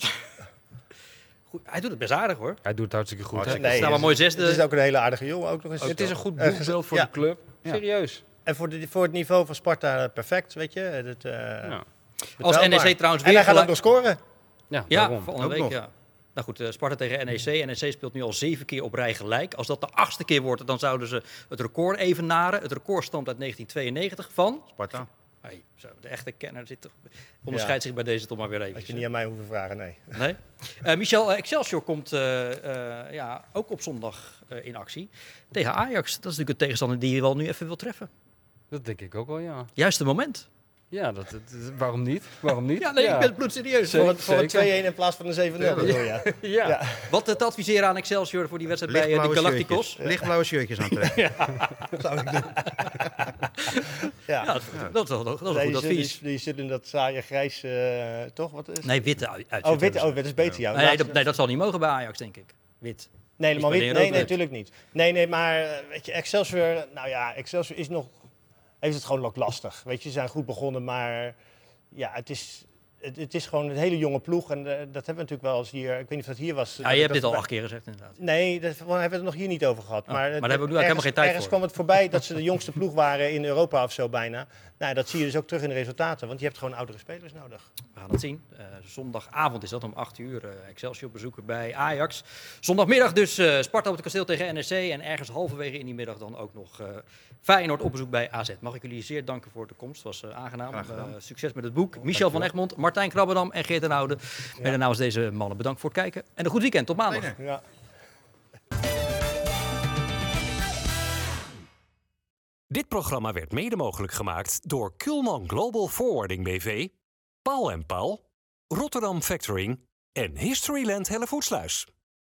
Speaker 3: Goed, hij doet het best aardig, hoor.
Speaker 6: Hij doet het hartstikke goed.
Speaker 3: Het nee, is nou maar mooi zesde.
Speaker 4: Het is ook een hele aardige jongen. Ook nog eens.
Speaker 6: Het is een goed boekbeeld voor
Speaker 4: ja.
Speaker 6: de club.
Speaker 4: Ja.
Speaker 6: Serieus.
Speaker 4: En voor, de, voor het niveau van Sparta perfect, weet je. Het, uh, ja.
Speaker 3: Als N E C trouwens weer...
Speaker 4: En hij gaat ook nog scoren.
Speaker 3: Ja, ja volgende week, nog. ja. Nou goed, uh, Sparta tegen N E C. N E C speelt nu al zeven keer op rij gelijk. Als dat de achtste keer wordt, dan zouden ze het record evenaren. Het record stamt uit negentien tweeënnegentig van...
Speaker 5: Sparta.
Speaker 3: Hey, zo, de echte kenner zit toch... onderscheidt ja. zich bij deze toch maar weer even.
Speaker 4: Had je niet aan mij hoeven vragen, nee.
Speaker 3: Nee? Uh, Michel, uh, Excelsior komt uh, uh, ja, ook op zondag uh, in actie. Tegen Ajax. Dat is natuurlijk een tegenstander die je wel nu even wil treffen.
Speaker 6: Dat denk ik ook wel, ja.
Speaker 3: Juiste moment.
Speaker 6: Ja, dat, dat, waarom niet? Waarom niet?
Speaker 3: Ja, nee, ja. ik ben bloedserieus.
Speaker 4: Voor, voor een twee-een in plaats van een zeven nul. Ja. Ja.
Speaker 6: Ja. Ja.
Speaker 3: Wat te adviseren aan Excelsior voor die wedstrijd bij uh, de Galacticos?
Speaker 5: Shirtjes. Lichtblauwe shirtjes aantrekken.
Speaker 4: Ja. Dat zou ik doen.
Speaker 3: Ja, ja dat, dat, dat, dat is een nee, goed advies.
Speaker 4: Die, die zit in dat saaie grijs, uh, toch? Wat is
Speaker 3: nee, witte uit.
Speaker 4: Oh, witte, oh, dat is beter, ja.
Speaker 3: Nee, nee, dat, nee, dat zal niet mogen bij Ajax, denk ik. Wit.
Speaker 4: Nee, helemaal wit. Nee, nee, natuurlijk niet. Nee, nee, maar weet je, Excelsior, nou ja, Excelsior is nog... heeft het gewoon ook lastig. Weet je, ze zijn goed begonnen, maar ja, het is, het, het is gewoon een hele jonge ploeg. En uh, dat hebben we natuurlijk wel eens hier, ik weet niet of dat hier was.
Speaker 3: Ja, je hebt
Speaker 4: dat
Speaker 3: dit al
Speaker 4: bij...
Speaker 3: acht keer gezegd inderdaad.
Speaker 4: Nee, daar hebben we het nog hier niet over gehad.
Speaker 3: Oh,
Speaker 4: maar
Speaker 3: maar daar hebben we nu
Speaker 4: ergens,
Speaker 3: helemaal geen tijd
Speaker 4: ergens
Speaker 3: voor.
Speaker 4: kwam het voorbij dat ze de jongste ploeg waren in Europa of zo bijna. Nou, dat zie je dus ook terug in de resultaten, want je hebt gewoon oudere spelers nodig.
Speaker 3: We gaan het zien. Uh, zondagavond is dat om acht uur. Uh, Excelsior bezoeken bij Ajax. Zondagmiddag dus uh, Sparta op het kasteel tegen N E C. En ergens halverwege in die middag dan ook nog uh, Feyenoord op bezoek bij A Z. Mag ik jullie zeer danken voor de komst. Het was uh, aangenaam. Uh, succes met het boek. Michel Dankjewel. van Egmond, Martijn Krabbedam en Geert ten Oude. Ja. Mede namens deze mannen bedankt voor het kijken. En een goed weekend. Tot maandag.
Speaker 4: Ja.
Speaker 1: Dit programma werd mede mogelijk gemaakt door Kuhlman Global Forwarding B V, Paul en Paul, Rotterdam Factoring en Historyland Hellevoetsluis.